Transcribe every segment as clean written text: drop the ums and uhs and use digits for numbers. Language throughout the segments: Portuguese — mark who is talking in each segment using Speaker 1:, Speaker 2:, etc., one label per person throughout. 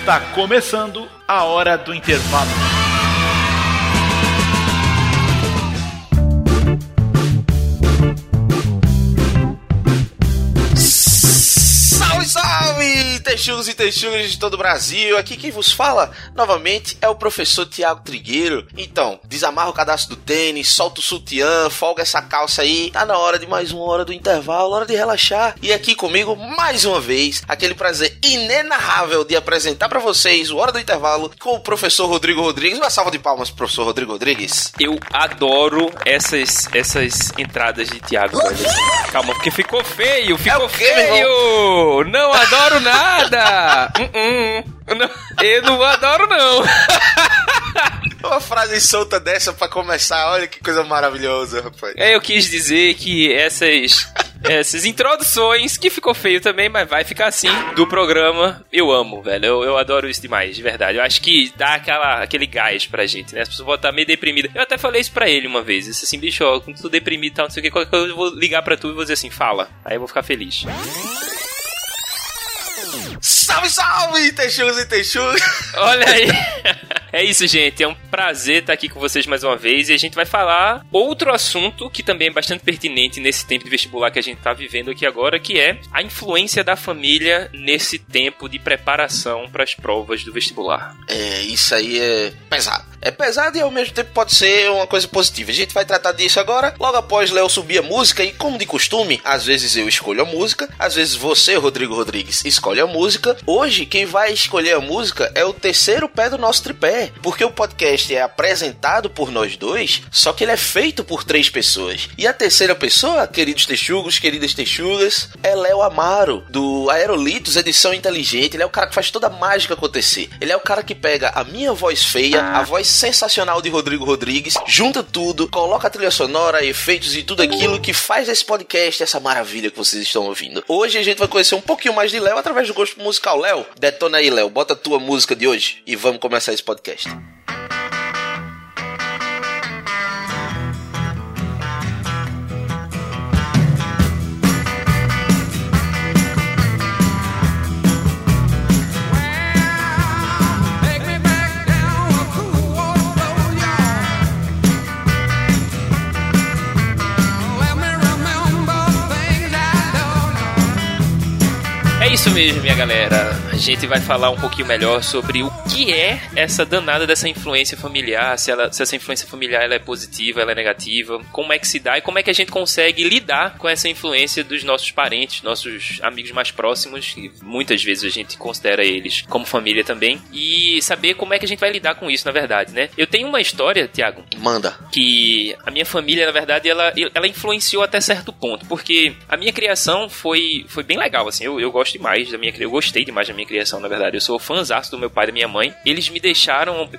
Speaker 1: Está começando a Hora do Intervalo.
Speaker 2: Salve, texugos e texugas de todo o Brasil. Aqui quem vos fala novamente é o professor Tiago Trigueiro. Então, desamarra o cadastro do tênis, solta o sutiã, folga essa calça aí. Tá na hora de mais uma Hora do Intervalo, hora de relaxar. E aqui comigo, mais uma vez, aquele prazer inenarrável de apresentar pra vocês o Hora do Intervalo com o professor Rodrigo Rodrigues. Uma salva de palmas, professor Rodrigo Rodrigues.
Speaker 3: Eu adoro essas entradas de Tiago. Calma, porque ficou feio, ficou feio. Não adoro nada. Eu não adoro, não.
Speaker 2: Uma frase solta dessa pra começar, olha que coisa maravilhosa, rapaz.
Speaker 3: Eu quis dizer que essas introduções, que ficou feio também, mas vai ficar assim, do programa, eu amo, velho. Eu adoro isso demais, de verdade. Eu acho que dá aquele gás pra gente, né? As pessoas vão estar meio deprimidas. Eu até falei isso pra ele uma vez. Disse assim, bicho, ó, quando tu deprimido e tal, não sei o que, qualquer coisa eu vou ligar pra tu e vou dizer assim, fala. Aí eu vou ficar feliz.
Speaker 2: Salve, salve, texugos e texugas!
Speaker 3: Olha aí! É isso, gente. É um prazer estar aqui com vocês mais uma vez. E a gente vai falar outro assunto que também é bastante pertinente nesse tempo de vestibular que a gente está vivendo aqui agora, que é a influência da família nesse tempo de preparação para as provas do vestibular.
Speaker 2: Isso aí é pesado. É pesado e ao mesmo tempo pode ser uma coisa positiva. A gente vai tratar disso agora, logo após Léo subir a música. E como de costume, às vezes eu escolho a música, às vezes você, Rodrigo Rodrigues, escolhe a música. Hoje, quem vai escolher a música é o terceiro pé do nosso tripé, porque o podcast é apresentado por nós dois, só que ele é feito por 3 pessoas. E a terceira pessoa, queridos texugos, queridas texugas, é Léo Amaro, do Aerolitos Edição Inteligente. Ele é o cara que faz toda a mágica acontecer. Ele é o cara que pega a minha voz feia, a voz sensacional de Rodrigo Rodrigues, junta tudo, coloca a trilha sonora, efeitos e tudo aquilo que faz esse podcast, essa maravilha que vocês estão ouvindo. Hoje a gente vai conhecer um pouquinho mais de Léo através do gosto musical. Léo, detona aí, Léo, bota a tua música de hoje e vamos começar esse podcast.
Speaker 3: É isso mesmo, minha galera. A gente vai falar um pouquinho melhor sobre o que é essa danada dessa influência familiar, se essa influência familiar ela é positiva, ela é negativa, como é que se dá e como é que a gente consegue lidar com essa influência dos nossos parentes, nossos amigos mais próximos, que muitas vezes a gente considera eles como família também, e saber como é que a gente vai lidar com isso, na verdade, né? Eu tenho uma história, Tiago.
Speaker 2: Manda.
Speaker 3: Que a minha família, na verdade, ela influenciou até certo ponto, porque a minha criação foi bem legal, assim, eu gosto demais da minha criação, eu gostei demais da minha criação, na verdade. Eu sou fãzaço do meu pai e da minha mãe. Eles me deixaram,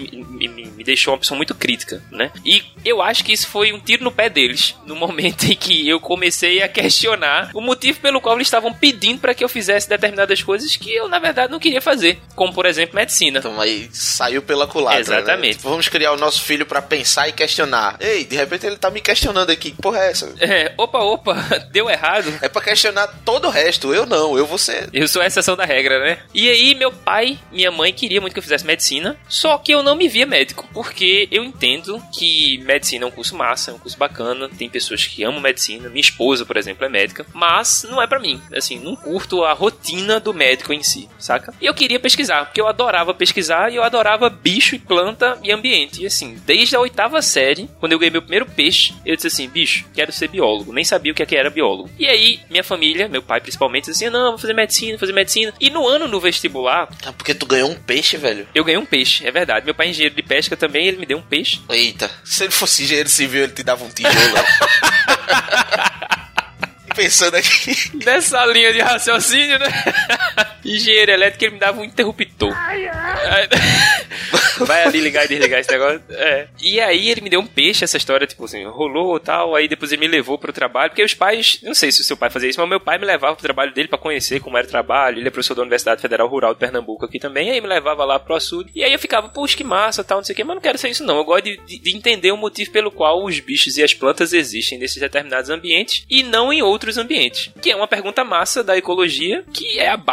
Speaker 3: me deixou uma pessoa muito crítica, né? E eu acho que isso foi um tiro no pé deles, no momento em que eu comecei a questionar o motivo pelo qual eles estavam pedindo para que eu fizesse determinadas coisas que eu, na verdade, não queria fazer, como, por exemplo, medicina.
Speaker 2: Então aí saiu pela culatra.
Speaker 3: Exatamente.
Speaker 2: Né? Vamos criar o nosso filho para pensar e questionar. Ei, de repente ele tá me questionando aqui, que porra é essa?
Speaker 3: Opa, deu errado.
Speaker 2: É pra questionar todo o resto, eu não, eu vou ser...
Speaker 3: Eu sou a exceção da regra, né? E aí, meu pai, minha mãe queria muito que eu fizesse medicina, só que eu não me via médico, porque eu entendo que medicina é um curso massa, é um curso bacana, tem pessoas que amam medicina, minha esposa, por exemplo, é médica, mas não é pra mim, assim, não curto a rotina do médico em si, saca? E eu queria pesquisar, porque eu adorava pesquisar e eu adorava bicho e planta e ambiente, e assim, desde a 8ª série, quando eu ganhei meu primeiro peixe, eu disse assim, bicho, quero ser biólogo, nem sabia o que era biólogo. E aí, minha família, meu pai principalmente, disse assim, não, vou fazer medicina. E no ano no vestibular...
Speaker 2: Ah, porque tu ganhou um peixe, velho?
Speaker 3: Eu ganhei um peixe, é verdade. Meu pai é engenheiro de pesca também, ele me deu um peixe.
Speaker 2: Eita, se ele fosse engenheiro civil, ele te dava um tijolo. Pensando aqui.
Speaker 3: Nessa linha de raciocínio, né? Engenheiro elétrico, ele me dava um interruptor. Vai ali ligar e desligar esse negócio. E aí ele me deu um peixe, essa história, tipo assim, rolou e tal. Aí depois ele me levou pro trabalho, porque os pais, não sei se o seu pai fazia isso, mas meu pai me levava pro trabalho dele pra conhecer como era o trabalho. Ele é professor da Universidade Federal Rural de Pernambuco aqui também. Aí me levava lá pro açude. E aí eu ficava, puxa, que massa, tal, não sei o que, mas não quero ser isso não. Eu gosto de entender o motivo pelo qual os bichos e as plantas existem nesses determinados ambientes e não em outros ambientes. Que é uma pergunta massa da ecologia, que é a base da ecologia.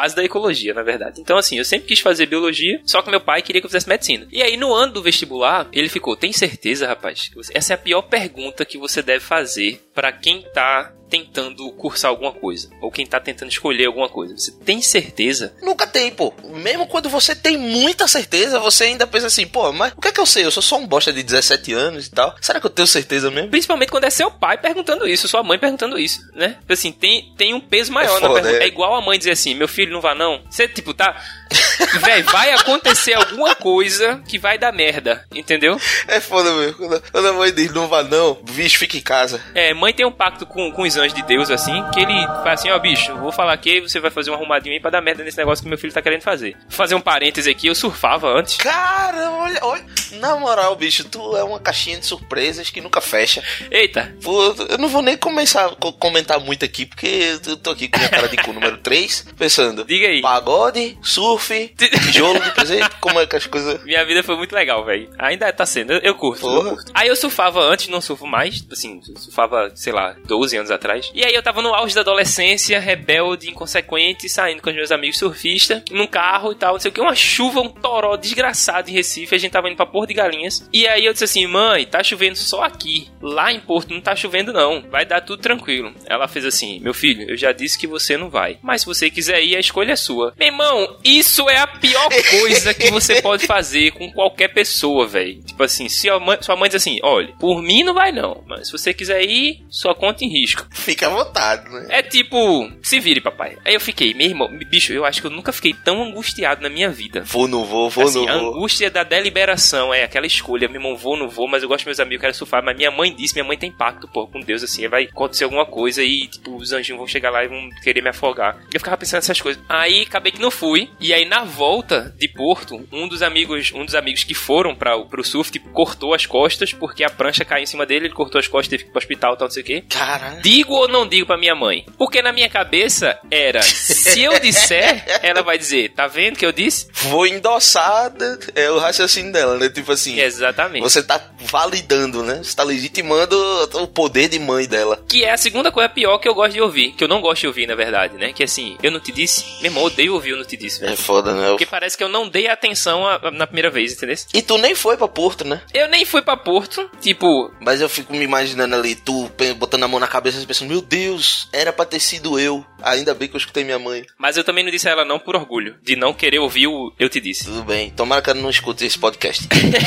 Speaker 3: biologia, na verdade. Então, assim, eu sempre quis fazer biologia, só que meu pai queria que eu fizesse medicina. E aí, no ano do vestibular, ele ficou, tem certeza, rapaz? Essa é a pior pergunta que você deve fazer pra quem tá tentando cursar alguma coisa, ou quem tá tentando escolher alguma coisa. Você tem certeza?
Speaker 2: Nunca tem, pô. Mesmo quando você tem muita certeza, você ainda pensa assim, pô, mas o que é que eu sei? Eu sou só um bosta de 17 anos e tal. Será que eu tenho certeza mesmo?
Speaker 3: Principalmente quando é seu pai perguntando isso, sua mãe perguntando isso, né? Assim, tem um peso maior na pergunta. É igual a mãe dizer assim, meu filho não vá não. Você, tipo, tá... Véi, vai acontecer alguma coisa que vai dar merda, entendeu?
Speaker 2: É foda mesmo. Quando a mãe diz não vá não, bicho, fica em casa.
Speaker 3: Mãe tem um pacto com os anjos de Deus, assim, que ele fala assim, ó, bicho, eu vou falar aqui, você vai fazer um arrumadinho aí pra dar merda nesse negócio que meu filho tá querendo fazer. Vou fazer um parêntese aqui, eu surfava antes.
Speaker 2: Cara, olha, na moral, bicho, tu é uma caixinha de surpresas que nunca fecha.
Speaker 3: Eita.
Speaker 2: Pô, eu não vou nem começar a comentar muito aqui, porque eu tô aqui com a cara de cu número 3, pensando.
Speaker 3: Diga aí.
Speaker 2: Pagode, surf, tijolo de presente, como é que as coisas...
Speaker 3: Minha vida foi muito legal, velho. Ainda tá sendo, eu curto. Aí eu surfava antes, não surfo mais, assim, surfava, sei lá, 12 anos atrás. E aí eu tava no auge da adolescência, rebelde, inconsequente, saindo com os meus amigos surfistas, num carro e tal, não sei o que, uma chuva, um toró desgraçado em Recife, a gente tava indo pra Porto de Galinhas. E aí eu disse assim, mãe, tá chovendo só aqui. Lá em Porto não tá chovendo não, vai dar tudo tranquilo. Ela fez assim, meu filho, eu já disse que você não vai, mas se você quiser ir, a escolha é sua. Meu irmão, isso é a pior coisa que você pode fazer com qualquer pessoa, velho. Tipo assim, se sua mãe diz assim, olha, por mim não vai não, mas se você quiser ir, sua conta em risco.
Speaker 2: Fica à vontade, né?
Speaker 3: É tipo, se vire, papai. Aí eu fiquei, meu irmão, bicho, eu acho que eu nunca fiquei tão angustiado na minha vida.
Speaker 2: Vou, não vou,
Speaker 3: assim,
Speaker 2: não
Speaker 3: a
Speaker 2: vou.
Speaker 3: Angústia da deliberação, é aquela escolha, meu irmão, vou, não vou, mas eu gosto dos meus amigos, quero surfar, mas minha mãe disse, minha mãe tem pacto, pô, com Deus, assim, vai acontecer alguma coisa e, tipo, os anjinhos vão chegar lá e vão querer me afogar. Eu ficava pensando nessas coisas. Aí, acabei que não fui, e aí, na volta de Porto, um dos amigos que foram pro surf, tipo, cortou as costas, porque a prancha caiu em cima dele, ele cortou as costas, teve que ir pro hospital, tal, não sei o quê.
Speaker 2: Caralho.
Speaker 3: Digo ou não digo pra minha mãe? Porque na minha cabeça era, se eu disser, ela vai dizer, tá vendo que eu disse?
Speaker 2: Vou endossar, é o raciocínio dela, né? Tipo assim...
Speaker 3: Exatamente.
Speaker 2: Você tá validando, né? Você tá legitimando o poder de mãe dela.
Speaker 3: Que é a segunda coisa pior que eu gosto de ouvir, que eu não gosto de ouvir, na verdade, né? Que assim, eu não te disse, meu irmão, odeio ouvir eu não te disse, velho.
Speaker 2: É foda, né?
Speaker 3: Porque parece que eu não dei atenção na primeira vez, entendeu?
Speaker 2: E tu nem foi pra Porto, né?
Speaker 3: Eu nem fui pra Porto, tipo...
Speaker 2: Mas eu fico me imaginando ali, tu botando a mão na cabeça e pensando, meu Deus, era pra ter sido eu. Ainda bem que eu escutei minha mãe.
Speaker 3: Mas eu também não disse a ela não por orgulho, de não querer ouvir o eu te disse.
Speaker 2: Tudo bem, tomara que ela não escute esse podcast.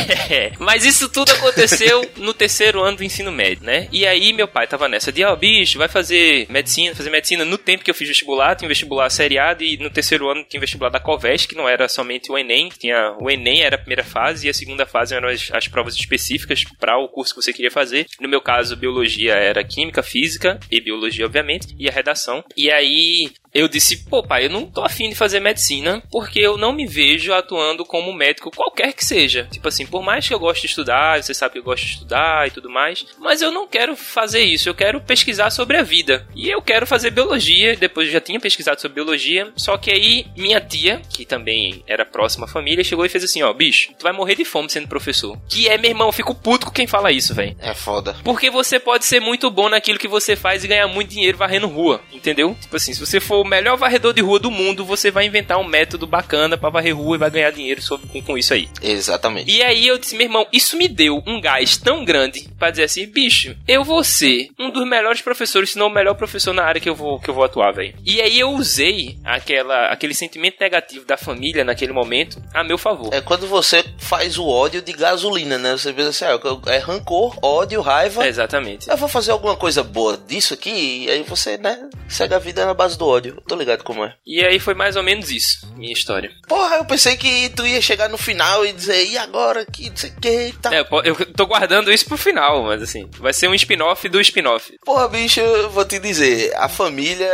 Speaker 3: Mas isso tudo aconteceu no terceiro ano do ensino médio, né? E aí meu pai tava nessa de, bicho, vai fazer medicina. No tempo que eu fiz vestibular, tinha um vestibular seriado, e no terceiro ano tinha um vestibular da Covest, que não era somente o Enem, o Enem era a primeira fase e a segunda fase eram as provas específicas para o curso que você queria fazer. No meu caso, biologia era química, física e biologia, obviamente, e a redação. E aí eu disse, pô, pai, eu não tô afim de fazer medicina porque eu não me vejo atuando como médico qualquer que seja. Tipo assim, por mais que eu goste de estudar, você sabe que eu gosto de estudar e tudo mais, mas eu não quero fazer isso, eu quero pesquisar sobre a vida. E eu quero fazer biologia, depois eu já tinha pesquisado sobre biologia, só que aí minha tia, que também era próxima à família, chegou e fez assim, bicho, tu vai morrer de fome sendo professor. Que é, meu irmão, eu fico puto com quem fala isso, velho.
Speaker 2: É foda.
Speaker 3: Porque você pode ser muito bom naquilo que você faz e ganhar muito dinheiro varrendo rua, entendeu? Tipo assim, se você for o melhor varredor de rua do mundo, você vai inventar um método bacana pra varrer rua e vai ganhar dinheiro com isso aí.
Speaker 2: Exatamente.
Speaker 3: E aí eu disse, meu irmão, isso me deu um gás tão grande pra dizer assim, bicho, eu vou ser um dos melhores professores, se não o melhor professor na área que eu vou atuar, velho. E aí eu usei aquele sentimento negativo da família naquele momento a meu favor.
Speaker 2: É quando você faz o ódio de gasolina, né? Você pensa assim, é rancor, ódio, raiva.
Speaker 3: Exatamente.
Speaker 2: Eu vou fazer alguma coisa boa disso aqui, e aí você, né, segue a vida na base do ódio. Eu tô ligado como é.
Speaker 3: E aí foi mais ou menos isso, minha história.
Speaker 2: Porra, eu pensei que tu ia chegar no final e dizer, e agora, que não sei o que, tá.
Speaker 3: Eu tô guardando isso pro final, mas assim, vai ser um spin-off do spin-off.
Speaker 2: Porra, bicho, eu vou te dizer, a família,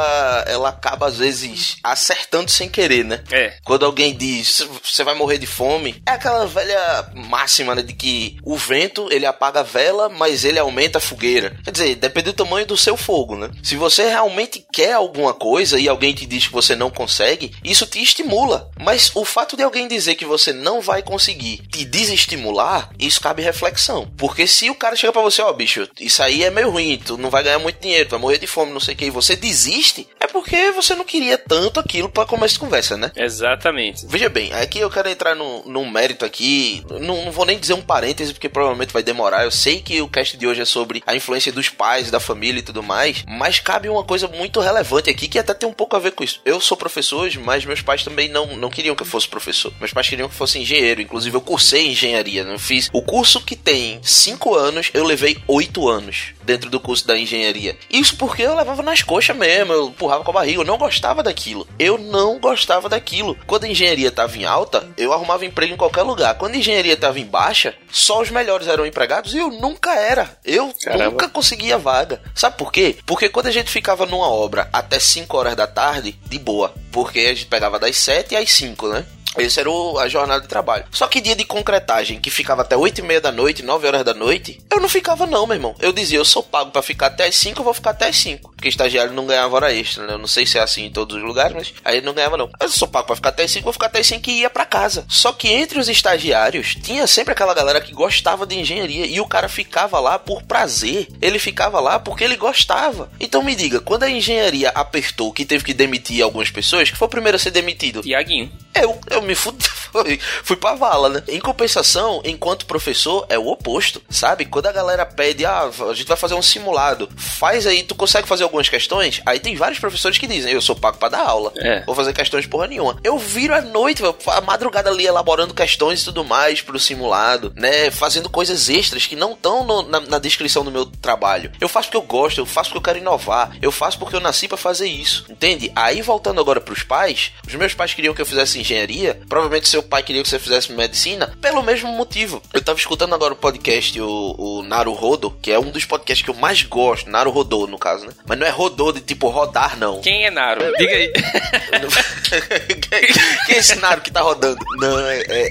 Speaker 2: ela acaba às vezes acertando sem querer, né?
Speaker 3: É.
Speaker 2: Quando alguém diz, você vai morrer de fome, é aquela velha máxima, né, de que o vento, ele apaga a vela, mas ele aumenta a fogueira. Quer dizer, depende do tamanho do seu fogo, né? Se você realmente quer alguma coisa e alguém te diz que você não consegue, isso te estimula. Mas o fato de alguém dizer que você não vai conseguir te desestimular, isso cabe reflexão. Porque se o cara chega pra você, bicho, isso aí é meio ruim, tu não vai ganhar muito dinheiro, tu vai morrer de fome, não sei o que, e você desiste, é porque você não queria tanto aquilo pra começo de conversa, né?
Speaker 3: Exatamente.
Speaker 2: Veja bem, aqui eu quero entrar num mérito aqui, não vou nem dizer um parêntese, porque provavelmente vai demorar. Eu sei que o cast de hoje é sobre a influência dos pais, da família e tudo mais, mas cabe uma coisa muito relevante aqui, que até tem um pouco a ver com isso. Eu sou professor hoje, mas meus pais também não queriam que eu fosse professor. Meus pais queriam que eu fosse engenheiro. Inclusive eu cursei engenharia, né? Eu fiz o curso que tem 5 anos, eu levei 8 anos dentro do curso da engenharia. Isso porque eu levava nas coxas mesmo, eu empurrava com a barriga, eu não gostava daquilo. Quando a engenharia tava em alta, eu arrumava emprego em qualquer lugar. Quando a engenharia tava em baixa, só os melhores eram empregados e eu nunca era. Eu nunca conseguia vaga. Sabe por quê? Porque quando a gente ficava numa obra até 5 horas da tarde, de boa. Porque a gente pegava das 7 às 5, né? Esse era a jornada de trabalho. Só que dia de concretagem, que ficava até 8h30 da noite, 9 horas da noite, eu não ficava não, meu irmão. Eu dizia, eu sou pago pra ficar até as 5, eu vou ficar até as 5. Porque estagiário não ganhava hora extra, né? Eu não sei se é assim em todos os lugares, mas aí não ganhava não. Eu sou pago pra ficar até as 5, vou ficar até as 5 e ia pra casa. Só que entre os estagiários, tinha sempre aquela galera que gostava de engenharia. E o cara ficava lá por prazer. Ele ficava lá porque ele gostava. Então me diga, quando a engenharia apertou, que teve que demitir algumas pessoas, que foi o primeiro a ser demitido?
Speaker 3: Tiaguinho.
Speaker 2: Eu me fui pra vala, né? Em compensação, enquanto professor, é o oposto, sabe? Quando a galera pede, a gente vai fazer um simulado, faz aí, tu consegue fazer algumas questões? Aí tem vários professores que dizem, eu sou pago pra dar aula, vou fazer questões porra nenhuma. Eu viro à noite, a madrugada ali, elaborando questões e tudo mais pro simulado, né? Fazendo coisas extras que não estão na descrição do meu trabalho. Eu faço porque eu gosto, eu faço porque eu quero inovar, eu faço porque eu nasci pra fazer isso, entende? Aí, voltando agora pros pais, os meus pais queriam que eu fizesse engenharia, provavelmente seu pai queria que você fizesse medicina, pelo mesmo motivo. Eu tava escutando agora o podcast, o Naruhodo, que é um dos podcasts que eu mais gosto, Naruhodo no caso, né? Mas não é rodô de tipo rodar, não.
Speaker 3: Quem é Naru? Diga aí.
Speaker 2: Quem é esse Naru que tá rodando? Não, é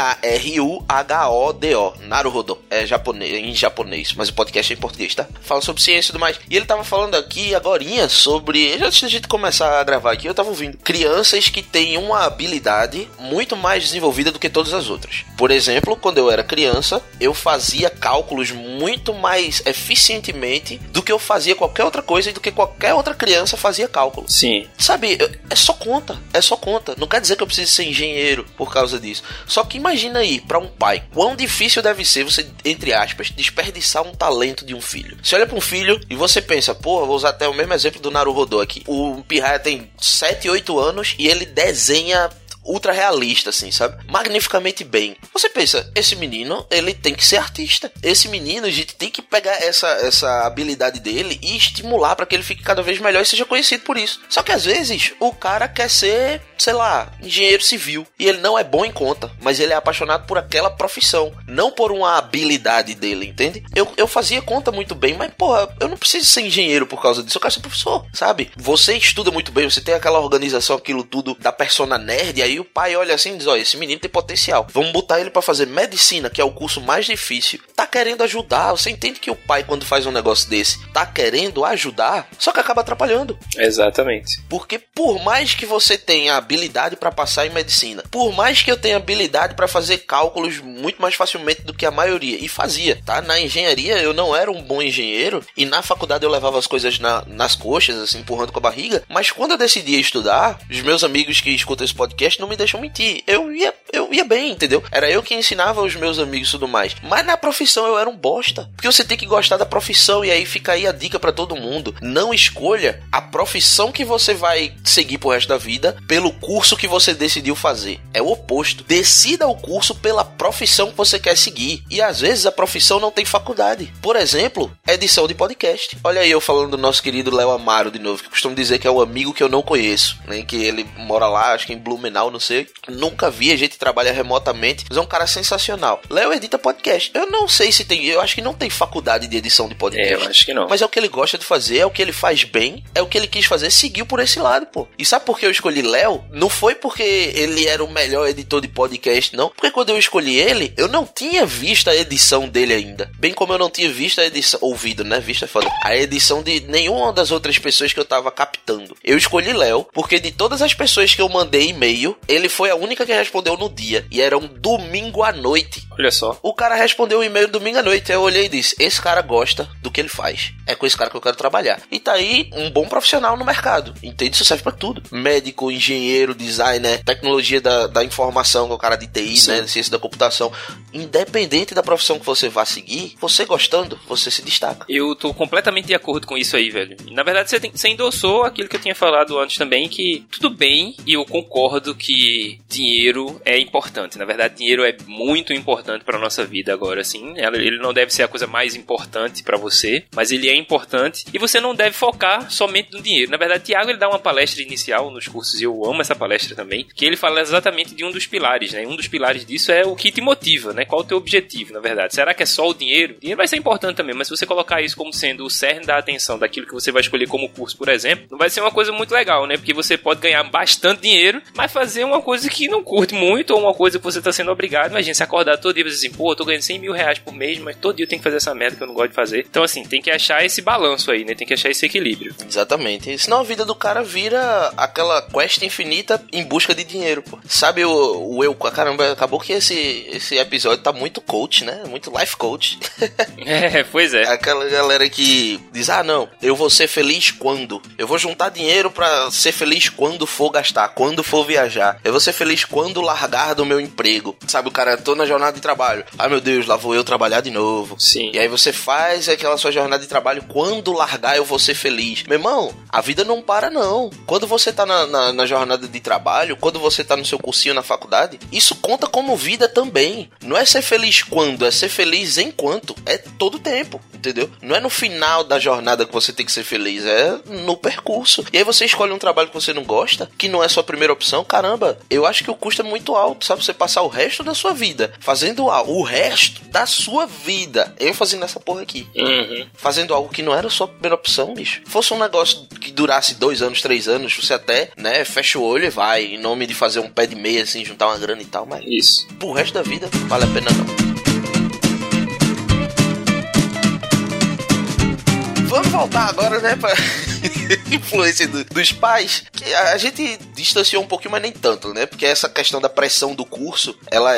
Speaker 2: Naruhodo, Naruhodo, é japonês, em japonês, mas o podcast é em português, tá? Fala sobre ciência e tudo mais. E ele tava falando aqui agorinha sobre, antes da gente começar a gravar aqui, eu tava ouvindo crianças que têm uma habilidade muito mais desenvolvida do que todas as outras. Por exemplo, quando eu era criança, eu fazia cálculos muito mais eficientemente do que eu fazia qualquer outra coisa e do que qualquer outra criança fazia cálculo.
Speaker 3: Sim.
Speaker 2: Sabe, é só conta. Não quer dizer que eu preciso ser engenheiro por causa disso. Só que imagina aí, pra um pai, quão difícil deve ser você, entre aspas, desperdiçar um talento de um filho. Você olha pra um filho e você pensa, vou usar até o mesmo exemplo do Naruhodo aqui. O Pirraia tem 7, 8 anos e ele desenha ultra realista, assim, sabe? Magnificamente bem. Você pensa, esse menino, ele tem que ser artista. Esse menino, a gente tem que pegar essa habilidade dele e estimular para que ele fique cada vez melhor e seja conhecido por isso. Só que às vezes, o cara quer ser, sei lá, engenheiro civil. E ele não é bom em conta, mas ele é apaixonado por aquela profissão, não por uma habilidade dele, entende? Eu fazia conta muito bem, mas, porra, eu não preciso ser engenheiro por causa disso, eu quero ser professor, sabe? Você estuda muito bem, você tem aquela organização, aquilo tudo da persona nerd, e aí o pai olha assim e diz, esse menino tem potencial, vamos botar ele pra fazer medicina, que é o curso mais difícil. Tá querendo ajudar, você entende que o pai, quando faz um negócio desse, tá querendo ajudar, só que acaba atrapalhando.
Speaker 3: Exatamente.
Speaker 2: Porque por mais que você tenha habilidade pra passar em medicina, por mais que eu tenha habilidade pra fazer cálculos muito mais facilmente do que a maioria, e fazia, tá? Na engenharia eu não era um bom engenheiro, e na faculdade eu levava as coisas nas coxas, assim, empurrando com a barriga, mas quando eu decidi estudar, os meus amigos que escutam esse podcast não me deixam mentir, eu ia bem, entendeu? Era eu que ensinava os meus amigos e tudo mais, mas na profissão eu era um bosta, porque você tem que gostar da profissão, e aí fica aí a dica pra todo mundo, não escolha a profissão que você vai seguir pro resto da vida pelo curso que você decidiu fazer, é o oposto, decida o curso pela profissão que você quer seguir, e às vezes a profissão não tem faculdade, por exemplo, edição de podcast. Olha aí eu falando do nosso querido Léo Amaro de novo, que eu costumo dizer que é o amigo que eu não conheço, né? Que ele mora lá, acho que em Blumenau, tal, não sei. Nunca vi, a gente trabalha remotamente, mas é um cara sensacional. Léo edita podcast. Eu não sei se tem, eu acho que não tem faculdade de edição de podcast.
Speaker 3: Eu acho que não.
Speaker 2: Mas é o que ele gosta de fazer, é o que ele faz bem, é o que ele quis fazer, seguiu por esse lado, pô. E sabe por que eu escolhi Léo? Não foi porque ele era o melhor editor de podcast, não. Porque quando eu escolhi ele, eu não tinha visto a edição dele ainda. Bem como eu não tinha visto a edição, ouvido, né? Visto é foda. A edição de nenhuma das outras pessoas que eu tava captando. Eu escolhi Léo, porque de todas as pessoas que eu mandei e-mail, ele foi a única que respondeu no dia. E era um domingo à noite.
Speaker 3: Olha só.
Speaker 2: O cara respondeu o e-mail domingo à noite. Eu olhei e disse, esse cara gosta do que ele faz. É com esse cara que eu quero trabalhar. E tá aí um bom profissional no mercado. Entende? Isso serve pra tudo. Médico, engenheiro, designer, tecnologia da informação, que é o cara de TI, sim, né? Ciência da computação. Independente da profissão que você vá seguir, você gostando, você se destaca.
Speaker 3: Eu tô completamente de acordo com isso aí, velho. Na verdade, você endossou aquilo que eu tinha falado antes também, que tudo bem, e eu concordo que dinheiro é importante. Na verdade, dinheiro é muito importante pra nossa vida agora, assim. Ele não deve ser a coisa mais importante pra você, mas ele é importante, e você não deve focar somente no dinheiro. Na verdade, Thiago, ele dá uma palestra inicial nos cursos, e eu amo essa palestra também, que ele fala exatamente de um dos pilares, né? Um dos pilares disso é o que te motiva, né? Qual o teu objetivo, na verdade? Será que é só o dinheiro? O dinheiro vai ser importante também, mas se você colocar isso como sendo o cerne da atenção daquilo que você vai escolher como curso, por exemplo, não vai ser uma coisa muito legal, né? Porque você pode ganhar bastante dinheiro, mas fazer uma coisa que não curte muito, ou uma coisa que você tá sendo obrigado. Imagina, se acordar todo dia e dizer assim, pô, eu tô ganhando 100 mil reais por mês, mas todo dia eu tenho que fazer essa merda que eu não gosto de fazer. Então, assim, tem que achar esse balanço aí, né? Tem que achar esse equilíbrio.
Speaker 2: Exatamente. Senão a vida do cara vira aquela quest infinita em busca de dinheiro, pô. Sabe o eu... Caramba, acabou que esse episódio tá muito coach, né? Muito life coach.
Speaker 3: Pois é.
Speaker 2: Aquela galera que diz, não, eu vou ser feliz quando? Eu vou juntar dinheiro pra ser feliz quando for gastar, quando for viajar. Eu vou ser feliz quando largar do meu emprego. Sabe, o cara, tô na jornada de trabalho. Ai, meu Deus, lá vou eu trabalhar de novo.
Speaker 3: Sim.
Speaker 2: E aí você faz aquela sua jornada de trabalho, quando largar eu vou ser feliz. Meu irmão, a vida não para não. Quando você tá na jornada de trabalho, quando você tá no seu cursinho na faculdade, isso conta como vida também. Não é ser feliz quando, é ser feliz enquanto. É todo tempo, entendeu? Não é no final da jornada que você tem que ser feliz, é no percurso. E aí você escolhe um trabalho que você não gosta, que não é sua primeira opção. Caramba, eu acho que o custo é muito alto, sabe? Você passar o resto da sua vida fazendo o resto da sua vida, eu fazendo essa porra aqui, fazendo algo que não era a sua primeira opção, bicho. Fosse um negócio que durasse 2 anos, 3 anos, você até, né, fecha o olho e vai, em nome de fazer um pé de meia, assim, juntar uma grana e tal, mas
Speaker 3: isso,
Speaker 2: pro resto da vida, vale a pena não. Vamos voltar agora, né, pra influência dos pais, que a gente distanciou um pouquinho, mas nem tanto, né, porque essa questão da pressão do curso, ela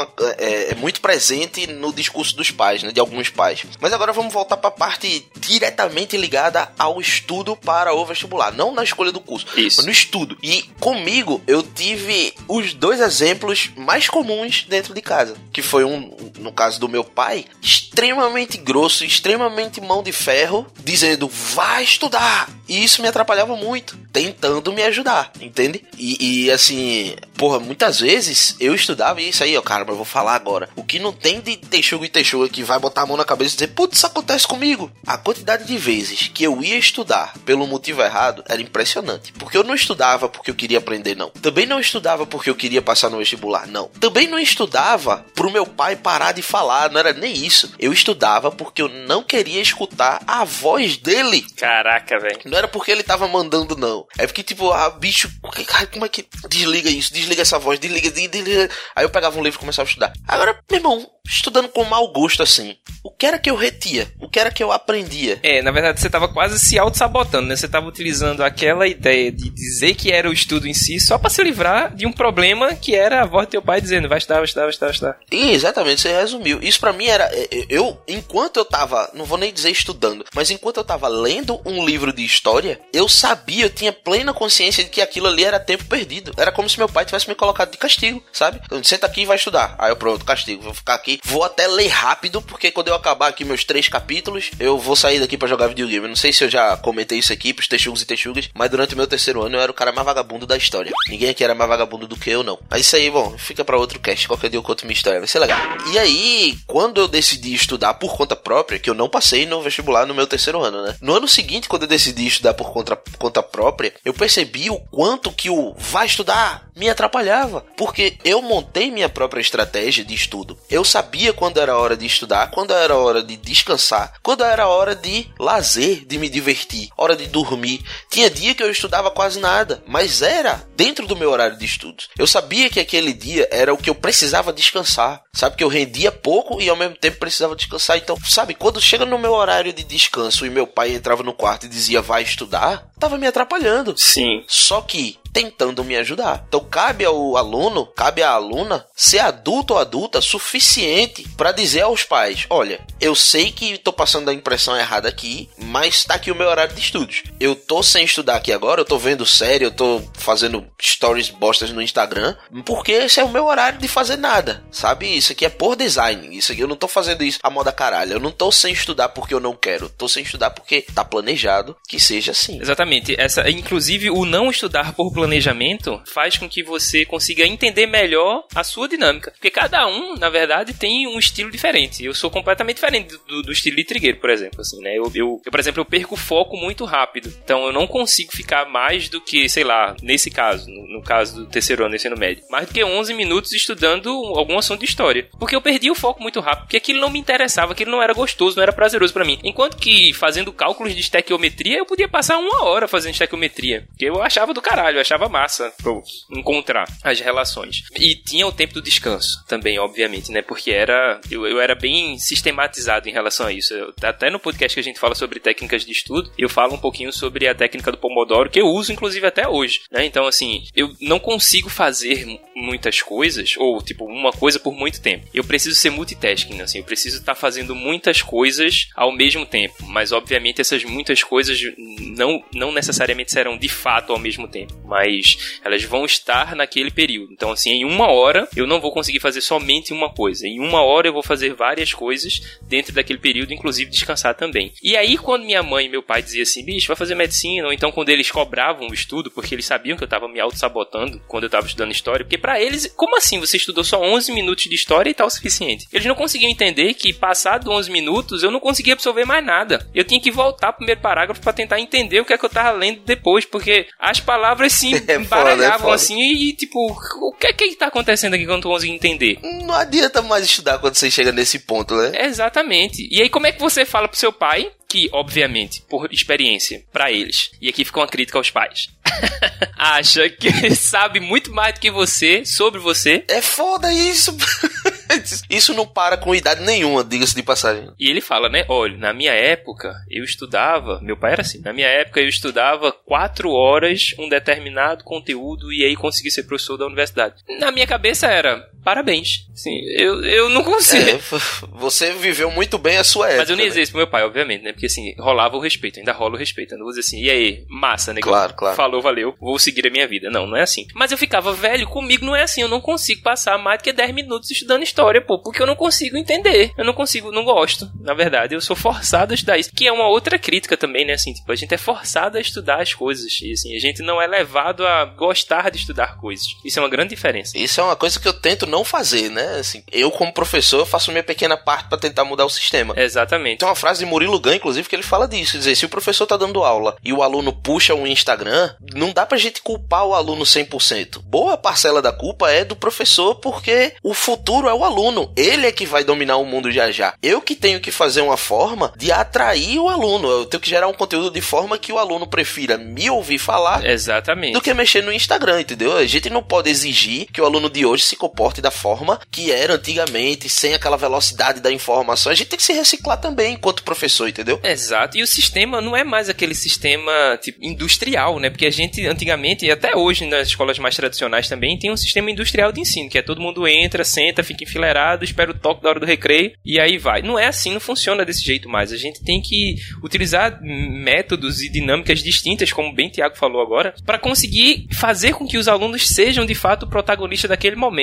Speaker 2: é muito presente no discurso dos pais, né, de alguns pais. Mas agora vamos voltar pra parte diretamente ligada ao estudo para o vestibular, não na escolha do curso,
Speaker 3: isso,
Speaker 2: mas no estudo. E comigo, eu tive os 2 exemplos mais comuns dentro de casa, que foi no caso do meu pai, extremamente grosso, extremamente mão de ferro, dizendo, vai estudar. E isso me atrapalhava muito, tentando me ajudar, entende? E assim, porra, muitas vezes eu estudava e isso aí, ó, cara, mas eu vou falar agora. O que não tem de texugo e texuga que vai botar a mão na cabeça e dizer, putz, isso acontece comigo. A quantidade de vezes que eu ia estudar pelo motivo errado era impressionante. Porque eu não estudava porque eu queria aprender, não. Também não estudava porque eu queria passar no vestibular, não. Também não estudava pro meu pai parar de falar, não era nem isso. Eu estudava porque eu não queria escutar a voz dele.
Speaker 3: Caraca, velho.
Speaker 2: Não era porque ele tava mandando, não. É porque, tipo, bicho, como é que... Desliga isso, desliga essa voz, desliga. Aí eu pegava um livro e começava a estudar. Agora, meu irmão, estudando com mau gosto, assim, o que era que eu retia? O que era que eu aprendia?
Speaker 3: Na verdade, você tava quase se auto-sabotando, né? Você tava utilizando aquela ideia de dizer que era o estudo em si só pra se livrar de um problema que era a voz do teu pai dizendo, vai estudar.
Speaker 2: Exatamente, você resumiu. Isso pra mim era... enquanto eu tava, não vou nem dizer estudando, mas enquanto eu tava lendo um livro de história, eu sabia, eu tinha plena consciência de que aquilo ali era tempo perdido. Era como se meu pai tivesse me colocado de castigo, sabe? Então, senta aqui e vai estudar. Aí eu, pronto, castigo, vou ficar aqui, vou até ler rápido, porque quando eu acabar aqui meus 3 capítulos, eu vou sair daqui pra jogar videogame. Eu não sei se eu já comentei isso aqui pros texugos e texugas, mas durante o meu 3º ano eu era o cara mais vagabundo da história. Ninguém aqui era mais vagabundo do que eu, não. Mas isso aí, bom, fica pra outro cast. Qualquer dia eu conto minha história, vai ser legal. E aí, quando eu decidi estudar por conta própria, que eu não passei no vestibular no meu 3º ano, né? No ano seguinte, quando eu decidi estudar por conta própria, eu percebi o quanto que o vai estudar me atrapalhava, porque eu montei minha própria estratégia de estudo. Eu sabia quando era hora de estudar, quando era hora de descansar, quando era hora de lazer, de me divertir, hora de dormir. Tinha dia que eu estudava quase nada, mas era dentro do meu horário de estudos. Eu sabia que aquele dia era o que eu precisava descansar, sabe, que eu rendia pouco e ao mesmo tempo precisava descansar. Então, sabe, quando chega no meu horário de descanso e meu pai entrava no quarto e dizia vai estudar, tava me atrapalhando.
Speaker 3: Sim.
Speaker 2: Só que tentando me ajudar. Então cabe ao aluno, cabe à aluna ser adulto ou adulta suficiente para dizer aos pais, olha, eu sei que tô passando a impressão errada aqui, mas tá aqui o meu horário de estudos. Eu tô sem estudar aqui agora, eu tô vendo série, eu tô fazendo stories bostas no Instagram, porque esse é o meu horário de fazer nada, sabe? Isso aqui é por design, isso aqui eu não tô fazendo isso a moda caralho, eu não tô sem estudar porque eu não quero, tô sem estudar porque tá planejado que seja assim.
Speaker 3: Exatamente, inclusive o não estudar por planejamento faz com que você consiga entender melhor a sua dinâmica, porque cada um, na verdade, tem um estilo diferente. Eu sou completamente diferente do estilo de trigueiro, por exemplo, assim, né? Eu, por exemplo, eu perco o foco muito rápido, então eu não consigo ficar mais do que, sei lá, nesse caso, no caso do terceiro ano do ensino médio, mais do que 11 minutos estudando algum assunto de história, porque eu perdi o foco muito rápido, porque aquilo não me interessava, aquilo não era gostoso, não era prazeroso pra mim, enquanto que fazendo cálculos de estequiometria, eu podia passar 1 hora fazendo estequiometria, porque eu achava do caralho, eu achava massa pra eu encontrar as relações. E tinha o tempo do descanso também, obviamente, né? Porque eu era bem sistematizado em relação a isso. Até no podcast que a gente fala sobre técnicas de estudo, eu falo um pouquinho sobre a técnica do Pomodoro, que eu uso, inclusive, até hoje, né? Então, assim, eu não consigo fazer muitas coisas, ou, tipo, uma coisa por muito tempo. Eu preciso ser multitasking, assim, eu preciso estar fazendo muitas coisas ao mesmo tempo, mas, obviamente, essas muitas coisas não necessariamente serão de fato ao mesmo tempo, mas elas vão estar naquele período. Então, assim, em 1 hora eu não vou conseguir fazer somente uma coisa. Em 1 hora eu vou fazer várias coisas dentro daquele período, inclusive descansar também. E aí, quando minha mãe e meu pai diziam assim, bicho, vai fazer medicina, ou então quando eles cobravam o estudo, porque eles sabiam que eu tava me auto-sabotando quando eu tava estudando história, porque pra eles, como assim você estudou só 11 minutos de história e tá o suficiente? Eles não conseguiam entender que, passado 11 minutos, eu não conseguia absorver mais nada. Eu tinha que voltar pro primeiro parágrafo pra tentar entender o que é que eu tava lendo depois, porque as palavras se embaralhavam assim e, tipo, o que é que tá acontecendo aqui que eu não tô conseguindo entender?
Speaker 2: Não adianta mais estudar quando você chega nesse ponto, né?
Speaker 3: Exatamente. E aí, como é que você fala pro seu pai, que, obviamente, por experiência, pra eles, e aqui fica uma crítica aos pais, acha que ele sabe muito mais do que você, sobre você.
Speaker 2: É foda isso. Isso não para com idade nenhuma, diga-se de passagem.
Speaker 3: E ele fala, né, olha, na minha época, eu estudava, meu pai era assim, na minha época eu estudava 4 horas um determinado conteúdo e aí consegui ser professor da universidade. Na minha cabeça era, parabéns. Sim, eu não consigo.
Speaker 2: Você viveu muito bem a sua época.
Speaker 3: Mas eu nem exerço pro meu pai, obviamente, né, porque assim, rolava o respeito, ainda rola o respeito. Eu não vou dizer assim, e aí, massa, né?
Speaker 2: Claro.
Speaker 3: Falou, valeu, vou seguir a minha vida. Não é assim. Mas eu ficava, velho, comigo não é assim, eu não consigo passar mais do que 10 minutos estudando história, pô, porque eu não consigo entender. Eu não consigo, não gosto. Na verdade, eu sou forçado a estudar isso. Que é uma outra crítica também, né, assim, tipo, a gente é forçado a estudar as coisas. E assim, a gente não é levado a gostar de estudar coisas. Isso é uma grande diferença.
Speaker 2: Isso é uma coisa que eu tento não fazer, né? Assim, eu, como professor, eu faço minha pequena parte pra tentar mudar o sistema.
Speaker 3: Exatamente.
Speaker 2: Tem uma frase de Murilo Gun, inclusive, que ele fala disso. Quer dizer, se o professor tá dando aula e o aluno puxa um Instagram, não dá pra gente culpar o aluno 100%. Boa parcela da culpa é do professor, porque o futuro é o aluno. Ele é que vai dominar o mundo já já. Eu que tenho que fazer uma forma de atrair o aluno. Eu tenho que gerar um conteúdo de forma que o aluno prefira me ouvir falar.
Speaker 3: Exatamente.
Speaker 2: Do que mexer no Instagram, entendeu? A gente não pode exigir que o aluno de hoje se comporte da forma que era antigamente, sem aquela velocidade da informação. A gente tem que se reciclar também enquanto professor, entendeu?
Speaker 3: Exato. E o sistema não é mais aquele sistema tipo industrial, né? Porque a gente antigamente, e até hoje nas escolas mais tradicionais também, tem um sistema industrial de ensino, que é todo mundo entra, senta, fica enfileirado, espera o toque da hora do recreio e aí vai. Não é assim, não funciona desse jeito mais. A gente tem que utilizar métodos e dinâmicas distintas, como bem Tiago falou agora, para conseguir fazer com que os alunos sejam de fato o protagonista daquele momento e não mais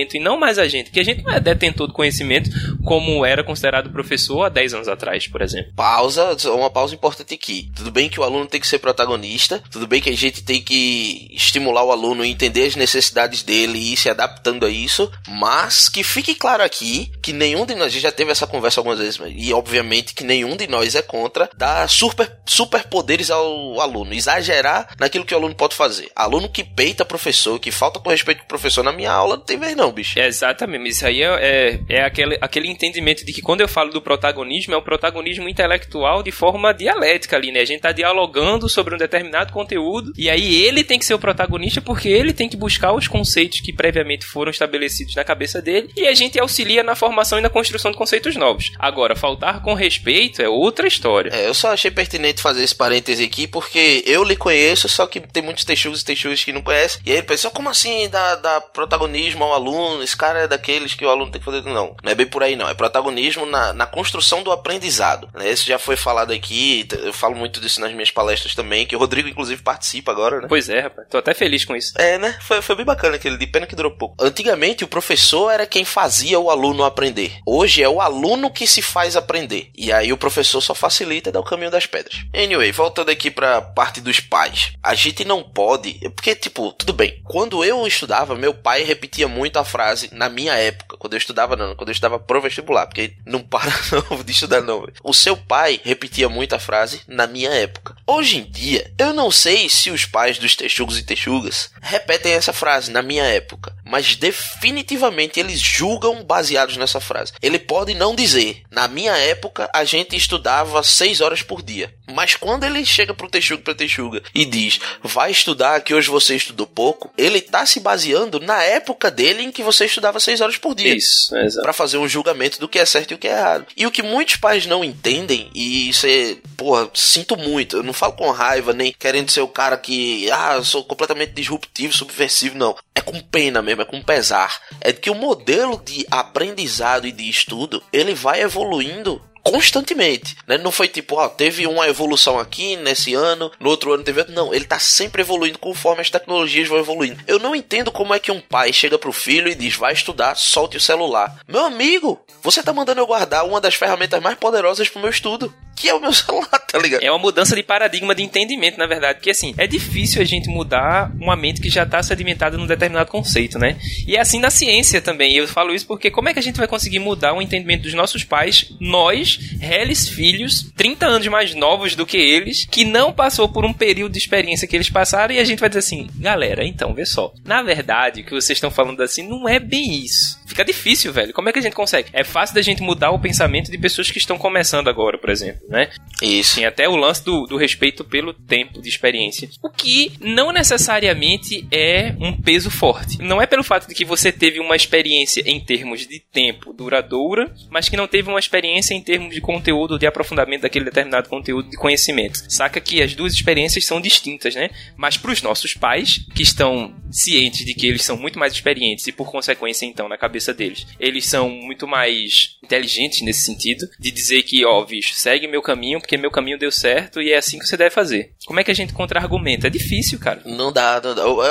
Speaker 3: mais a gente, porque a gente não é detentor do conhecimento como era considerado professor há 10 anos atrás, por exemplo.
Speaker 2: Uma pausa importante aqui. Tudo bem que o aluno tem que ser protagonista, tudo bem que a gente tem que estimular o aluno a entender as necessidades dele e ir se adaptando a isso, mas que fique claro aqui que nenhum de nós, a gente já teve essa conversa algumas vezes, e obviamente que nenhum de nós é contra dar superpoderes ao aluno, exagerar naquilo que o aluno pode fazer. Aluno que peita professor, que falta com respeito com o professor na minha aula, não tem vez não, bicho.
Speaker 3: Exatamente, isso aí é aquele entendimento de que quando eu falo do protagonismo, é o protagonismo intelectual de forma dialética ali, né? A gente tá dialogando sobre um determinado conteúdo, e aí ele tem que ser o protagonista porque ele tem que buscar os conceitos que previamente foram estabelecidos na cabeça dele, e a gente auxilia na formação e na construção de conceitos novos. Agora, faltar com respeito é outra história.
Speaker 2: Eu só achei pertinente fazer esse parêntese aqui, porque eu lhe conheço, só que tem muitos texugos e texugas que não conhecem, e aí ele pensa, como assim dar protagonismo ao aluno? Esse cara é daqueles que o aluno tem que fazer. Não é bem por aí não, é protagonismo na construção do aprendizado, né? Isso já foi falado aqui, eu falo muito disso nas minhas palestras também, que o Rodrigo inclusive participa agora, né?
Speaker 3: Pois é, rapaz, tô até feliz com isso.
Speaker 2: Né? Foi bem bacana aquele de pena que durou pouco. Antigamente o professor era quem fazia o aluno aprender. Hoje é o aluno que se faz aprender. E aí o professor só facilita e dá o caminho das pedras. Anyway, voltando aqui pra parte dos pais. A gente não pode... Porque, tipo, tudo bem. Quando eu estudava, meu pai repetia muito a frase, na minha época. Quando eu estudava pro vestibular. Porque não para não de estudar não. O seu pai repetia muito a frase, na minha época. Hoje em dia, eu não sei se os pais dos texugos e texugas repetem essa frase, na minha época. Mas definitivamente eles julgam baseados nessa frase. Ele pode não dizer, na minha época a gente estudava 6 horas por dia. Mas quando ele chega pro texugo, pra texuga e diz, vai estudar que hoje você estudou pouco, ele tá se baseando na época dele em que você estudava 6 horas por dia.
Speaker 3: Isso, exato.
Speaker 2: Pra fazer um julgamento do que é certo e o que é errado. E o que muitos pais não entendem, e isso é, sinto muito, eu não falo com raiva, nem querendo ser o cara que, eu sou completamente disruptivo, subversivo, não. É com pena mesmo, é com pesar. É que o modelo de aprendizado e de estudo, ele vai evoluindo constantemente, né? Não foi tipo, teve uma evolução aqui nesse ano, no outro ano teve outro. Não, ele tá sempre evoluindo conforme as tecnologias vão evoluindo. Eu não entendo como é que um pai chega pro filho e diz, vai estudar, solte o celular. Meu amigo, você tá mandando eu guardar uma das ferramentas mais poderosas pro meu estudo, que é o meu celular, tá ligado?
Speaker 3: É uma mudança de paradigma de entendimento, na verdade, porque assim, é difícil a gente mudar uma mente que já tá sedimentada num determinado conceito, né? E é assim na ciência também, e eu falo isso porque como é que a gente vai conseguir mudar o entendimento dos nossos pais, nós, reles filhos, 30 anos mais novos do que eles, que não passou por um período de experiência que eles passaram, e a gente vai dizer assim, galera, então, vê só, na verdade, o que vocês estão falando assim, não é bem isso. Fica difícil, velho. Como é que a gente consegue? É fácil da gente mudar o pensamento de pessoas que estão começando agora, por exemplo, né?
Speaker 2: Isso.
Speaker 3: Tem até o lance do respeito pelo tempo de experiência. O que não necessariamente é um peso forte. Não é pelo fato de que você teve uma experiência em termos de tempo duradoura, mas que não teve uma experiência em termos de conteúdo, de aprofundamento daquele determinado conteúdo de conhecimento. Saca que as duas experiências são distintas, né? Mas para os nossos pais, que estão cientes de que eles são muito mais experientes e, por consequência, então, na cabeça deles, eles são muito mais inteligentes nesse sentido, de dizer que, bicho, segue meu caminho, porque meu caminho deu certo e é assim que você deve fazer. Como é que a gente contra-argumenta? É difícil, cara.
Speaker 2: Não dá.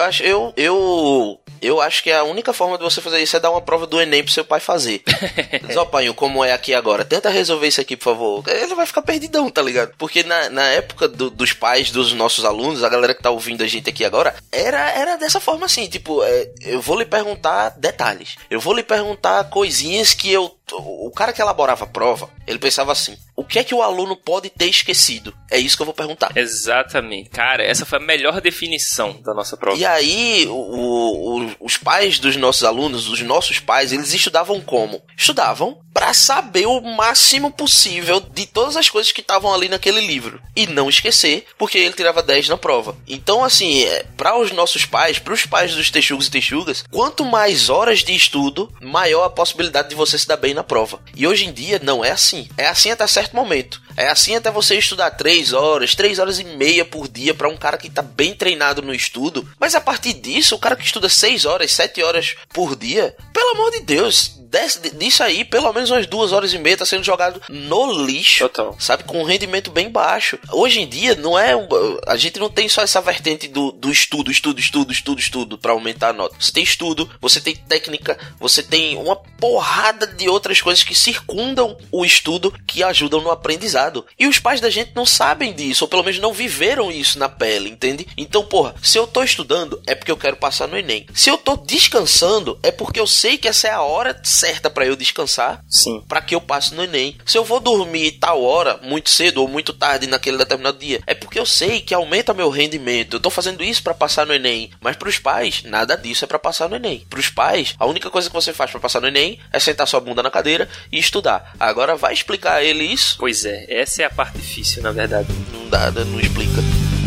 Speaker 2: Eu acho que a única forma de você fazer isso é dar uma prova do Enem pro seu pai fazer. Diz, pai, como é aqui agora? Tenta resolver isso aqui, por favor. Ele vai ficar perdidão, tá ligado? Porque na época dos pais dos nossos alunos, a galera que tá ouvindo a gente aqui agora, era dessa forma assim, tipo, eu vou lhe perguntar detalhes. Eu vou lhe perguntar coisinhas que o cara que elaborava a prova, ele pensava assim, o que é que o aluno pode ter esquecido? É isso que eu vou perguntar.
Speaker 3: Exatamente. Cara, essa foi a melhor definição da nossa prova.
Speaker 2: E aí, os pais dos nossos alunos, os nossos pais, eles estudavam como? Estudavam pra saber o máximo possível de todas as coisas que estavam ali naquele livro. E não esquecer, porque ele tirava 10 na prova. Então, assim, para os nossos pais, para os pais dos texugos e texugas, quanto mais horas de estudo, maior a possibilidade de você se dar bem na prova. E hoje em dia, não é assim. É assim até certo momento. É assim até você estudar 3 horas e meia por dia para um cara que tá bem treinado no estudo. Mas a partir disso, o cara que estuda 6 horas, 7 horas por dia, pelo amor de Deus, disso aí, pelo menos umas 2h30 tá sendo jogado no lixo.
Speaker 3: Total.
Speaker 2: Sabe? Com um rendimento bem baixo. Hoje em dia, não é... A gente não tem só essa vertente do estudo pra aumentar a nota. Você tem estudo, você tem técnica, você tem uma porrada de outras coisas que circundam o estudo que ajudam no aprendizado. E os pais da gente não sabem disso, ou pelo menos não viveram isso na pele, entende? Então, porra, se eu tô estudando, é porque eu quero passar no Enem. Se eu tô descansando, é porque eu sei que essa é a hora certa pra eu descansar.
Speaker 3: Sim.
Speaker 2: Pra que eu passe no Enem. Se eu vou dormir tal hora, muito cedo ou muito tarde naquele determinado dia, é porque eu sei que aumenta meu rendimento. Eu tô fazendo isso pra passar no Enem. Mas pros pais, nada disso é pra passar no Enem. Pros pais, a única coisa que você faz pra passar no Enem é sentar sua bunda na cadeira e estudar. Agora vai explicar a ele isso?
Speaker 3: Pois é, essa é a parte difícil, na verdade.
Speaker 2: Não dá, não explica.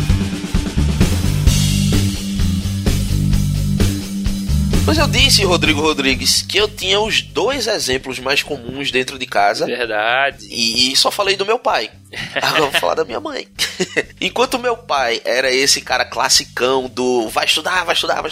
Speaker 2: Mas eu disse, Rodrigo Rodrigues, que eu tinha os 2 exemplos mais comuns dentro de casa.
Speaker 3: Verdade.
Speaker 2: E só falei do meu pai. Agora eu vou falar da minha mãe. Enquanto meu pai era esse cara classicão do vai estudar,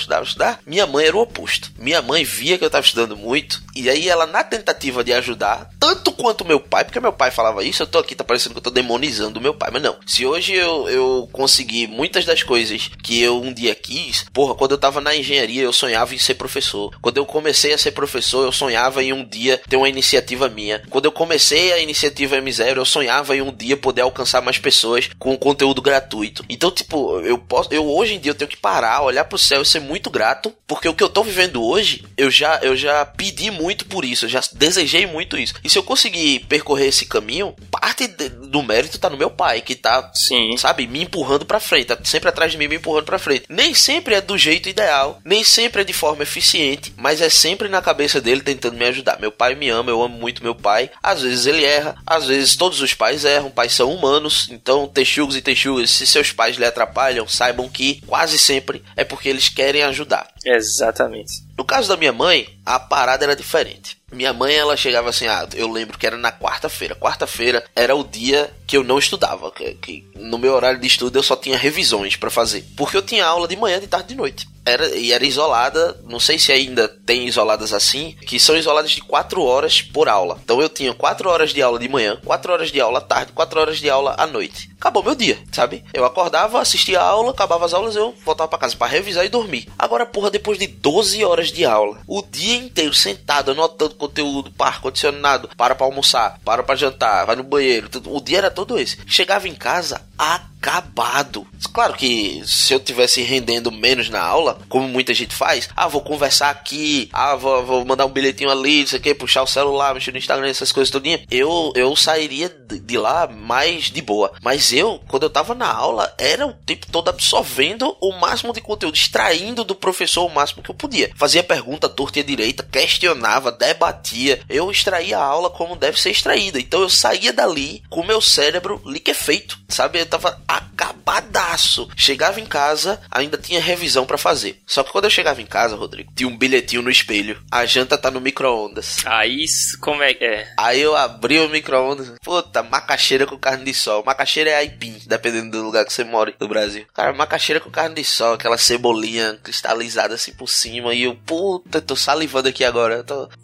Speaker 2: minha mãe era o oposto. Minha mãe via que eu tava estudando muito, e aí ela, na tentativa de ajudar, tanto quanto meu pai, porque meu pai falava isso, eu tô aqui, tá parecendo que eu tô demonizando o meu pai, mas não. Se hoje eu consegui muitas das coisas que eu um dia quis, porra, quando eu tava na engenharia eu sonhava em ser professor. Quando eu comecei a ser professor, eu sonhava em um dia ter uma iniciativa minha. Quando eu comecei a iniciativa M0, eu sonhava em um dia poder alcançar mais pessoas com conteúdo gratuito. Então, tipo, eu hoje em dia eu tenho que parar, olhar pro céu e ser muito grato, porque o que eu tô vivendo hoje, eu já pedi muito por isso, eu já desejei muito isso. E se eu conseguir percorrer esse caminho, parte do mérito tá no meu pai, que tá,
Speaker 3: sim,
Speaker 2: sabe, me empurrando pra frente, tá sempre atrás de mim, me empurrando pra frente. Nem sempre é do jeito ideal, nem sempre é de forma eficiente, mas é sempre na cabeça dele tentando me ajudar. Meu pai me ama, eu amo muito meu pai. Às vezes ele erra, às vezes todos os pais erram, pais são humanos, então texugos e texugas, se seus pais lhe atrapalham, saibam que quase sempre é porque eles querem ajudar.
Speaker 3: Exatamente.
Speaker 2: No caso da minha mãe, a parada era diferente. Minha mãe, ela chegava assim, eu lembro que era na quarta-feira. Quarta-feira era o dia que eu não estudava, que no meu horário de estudo eu só tinha revisões pra fazer. Porque eu tinha aula de manhã, de tarde e de noite. Era isolada, não sei se ainda tem isoladas assim, que são isoladas de 4 horas por aula. Então eu tinha 4 horas de aula de manhã, 4 horas de aula à tarde, 4 horas de aula à noite. Acabou meu dia, sabe? Eu acordava, assistia a aula, acabava as aulas, eu voltava pra casa pra revisar e dormir. Agora, porra, depois de 12 horas de aula, o dia inteiro sentado, anotando conteúdo, par, condicionado, para pra almoçar, para pra jantar, vai no banheiro, tudo. O dia era todo esse. Chegava em casa acabado. Claro que se eu tivesse rendendo menos na aula, como muita gente faz, vou conversar aqui, vou mandar um bilhetinho ali, não sei o que, puxar o celular, mexer no Instagram, essas coisas todinha, eu sairia de lá mais de boa. Mas quando eu tava na aula, era o tempo todo absorvendo o máximo de conteúdo, extraindo do professor o máximo que eu podia. Fazia pergunta torta e à direita, questionava, debatia. Eu extraía a aula como deve ser extraída. Então eu saía dali com o meu cérebro liquefeito, sabe? Eu tava acabadaço. Chegava em casa, ainda tinha revisão pra fazer. Só que quando eu chegava em casa, Rodrigo, tinha um bilhetinho no espelho. A janta tá no micro-ondas.
Speaker 3: Isso como é que é?
Speaker 2: Aí eu abri o micro-ondas. Puta, macaxeira com carne de sol. Macaxeira é aipim, dependendo do lugar que você mora no Brasil. Cara, macaxeira com carne de sol, aquela cebolinha cristalizada assim por cima. E eu, puta, tô salivando aqui agora.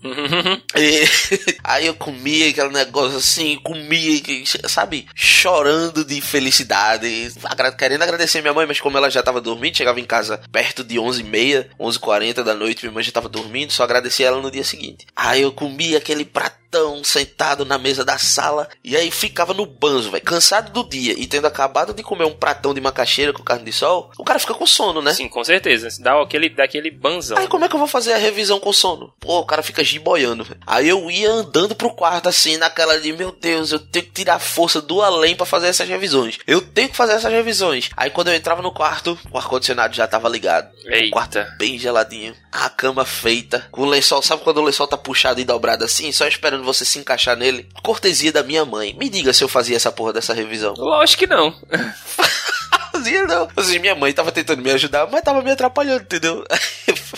Speaker 2: Aí eu comia aquele negócio assim, comia, sabe? Chorando de felicidade. Querendo agradecer minha mãe, mas como ela já tava dormindo, chegava em casa perto de 11h30, 11h40 da noite, minha mãe já tava dormindo, só agradeci ela no dia seguinte. Aí eu comia aquele pratão sentado na mesa da sala, e aí ficava no banzo, velho, cansado do dia, e tendo acabado de comer um pratão de macaxeira com carne de sol, o cara fica com sono, né?
Speaker 3: Sim, com certeza, dá aquele banzão.
Speaker 2: Aí como é que eu vou fazer a revisão com sono? Pô, o cara fica giboiando, velho. Aí eu ia andando pro quarto assim, naquela de, meu Deus, eu tenho que tirar a força do além pra fazer essas revisões. Eu tenho que fazer essas revisões. Aí quando eu entrava no quarto, o ar-condicionado já tava ligado.
Speaker 3: Eita.
Speaker 2: O quarto bem geladinho, a cama feita, com o lençol, sabe quando o lençol tá puxado e dobrado assim, só esperando você se encaixar nele? Cortesia da minha mãe. Me diga se eu fazia essa porra dessa revisão.
Speaker 3: Lógico que não.
Speaker 2: Fazia não. Assim, minha mãe tava tentando me ajudar, mas tava me atrapalhando, entendeu?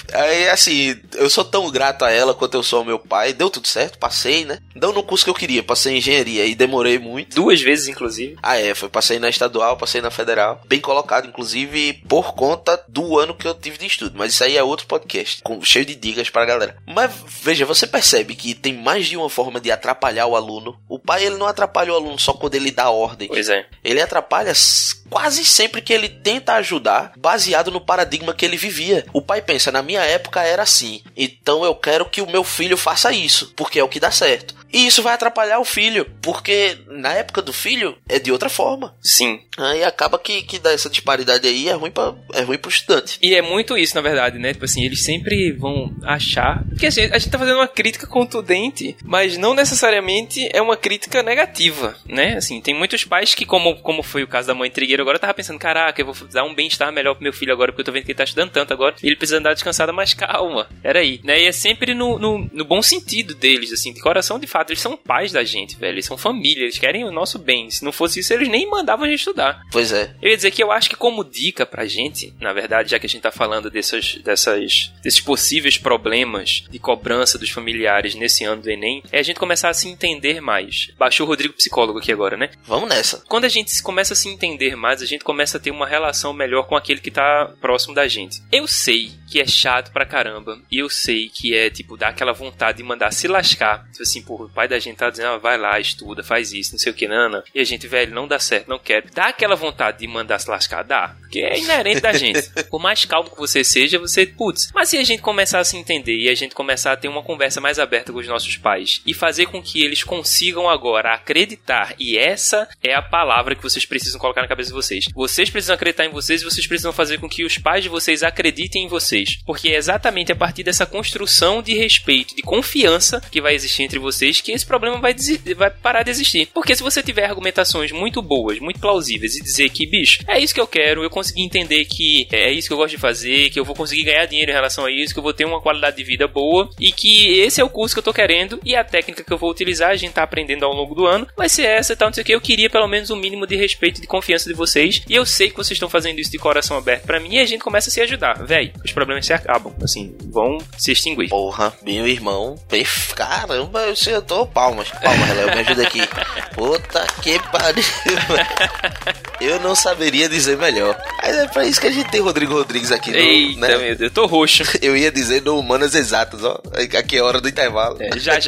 Speaker 2: Aí, assim, eu sou tão grato a ela quanto eu sou ao meu pai. Deu tudo certo, passei, né? Não no curso que eu queria, passei em engenharia e demorei muito.
Speaker 3: 2 vezes, inclusive.
Speaker 2: Passei na estadual, passei na federal. Bem colocado, inclusive, por conta do ano que eu tive de estudo. Mas isso aí é outro podcast, cheio de dicas pra galera. Mas, veja, você percebe que tem mais de uma forma de atrapalhar o aluno. O pai, ele não atrapalha o aluno só quando ele dá ordem.
Speaker 3: Pois é.
Speaker 2: Ele atrapalha quase sempre que ele tenta ajudar, baseado no paradigma que ele vivia. O pai pensa, na minha época era assim, então eu quero que o meu filho faça isso, porque é o que dá certo. E isso vai atrapalhar o filho, porque na época do filho é de outra forma.
Speaker 3: Sim.
Speaker 2: Aí acaba que dá essa disparidade aí, é ruim pro estudante.
Speaker 3: E é muito isso, na verdade, né? Tipo assim, eles sempre vão achar... Porque assim, a gente tá fazendo uma crítica contundente, mas não necessariamente é uma crítica negativa, né? Assim, tem muitos pais que, como foi o caso da mãe trigueira, agora eu tava pensando, caraca, eu vou dar um bem-estar melhor pro meu filho agora, porque eu tô vendo que ele tá estudando tanto agora, e ele precisa andar descansado, mas calma, peraí, né? E é sempre no bom sentido deles, assim, de coração, de fato, eles são pais da gente, velho, eles são família, eles querem o nosso bem. Se não fosse isso, eles nem mandavam a gente estudar.
Speaker 2: Pois é.
Speaker 3: Eu ia dizer que eu acho que como dica pra gente, na verdade, já que a gente tá falando desses possíveis problemas de cobrança dos familiares nesse ano do Enem, é a gente começar a se entender mais. Baixou o Rodrigo psicólogo aqui agora, né?
Speaker 2: Vamos nessa.
Speaker 3: Quando a gente começa a se entender mais, a gente começa a ter uma relação melhor com aquele que tá próximo da gente. Eu sei que é chato pra caramba, e eu sei que é, tipo, dá aquela vontade de mandar se lascar. Tipo assim, porra, o pai da gente tá dizendo, vai lá, estuda, faz isso, não sei o que, nana. E a gente, velho, não dá certo, não quero. Dá aquela vontade de mandar se lascar? Dá. Porque é inerente da gente. Por mais calmo que você seja, você, putz. Mas se a gente começar a se entender e a gente começar a ter uma conversa mais aberta com os nossos pais e fazer com que eles consigam agora acreditar, e essa é a palavra que vocês precisam colocar na cabeça de vocês. Vocês precisam acreditar em vocês e vocês precisam fazer com que os pais de vocês acreditem em vocês. Porque é exatamente a partir dessa construção de respeito, de confiança que vai existir entre vocês que esse problema vai parar de existir. Porque se você tiver argumentações muito boas, muito plausíveis e dizer que, bicho, é isso que eu quero, eu consegui entender que é isso que eu gosto de fazer, que eu vou conseguir ganhar dinheiro em relação a isso, que eu vou ter uma qualidade de vida boa e que esse é o curso que eu tô querendo e a técnica que eu vou utilizar, a gente tá aprendendo ao longo do ano, vai ser essa e tal, não sei o que. Eu queria pelo menos um mínimo de respeito e de confiança de vocês e eu sei que vocês estão fazendo isso de coração aberto pra mim e a gente começa a se ajudar. Véi, os problemas se acabam, assim, vão se extinguir.
Speaker 2: Porra, meu irmão, caramba, eu tô palmas, Léo, me ajuda aqui. Puta que pariu. Eu não saberia dizer melhor. Mas é pra isso que a gente tem Rodrigo Rodrigues aqui.
Speaker 3: Eita, né? Meu Deus, eu tô roxo.
Speaker 2: Eu ia dizer no Humanas Exatas, ó. Aqui é hora do intervalo.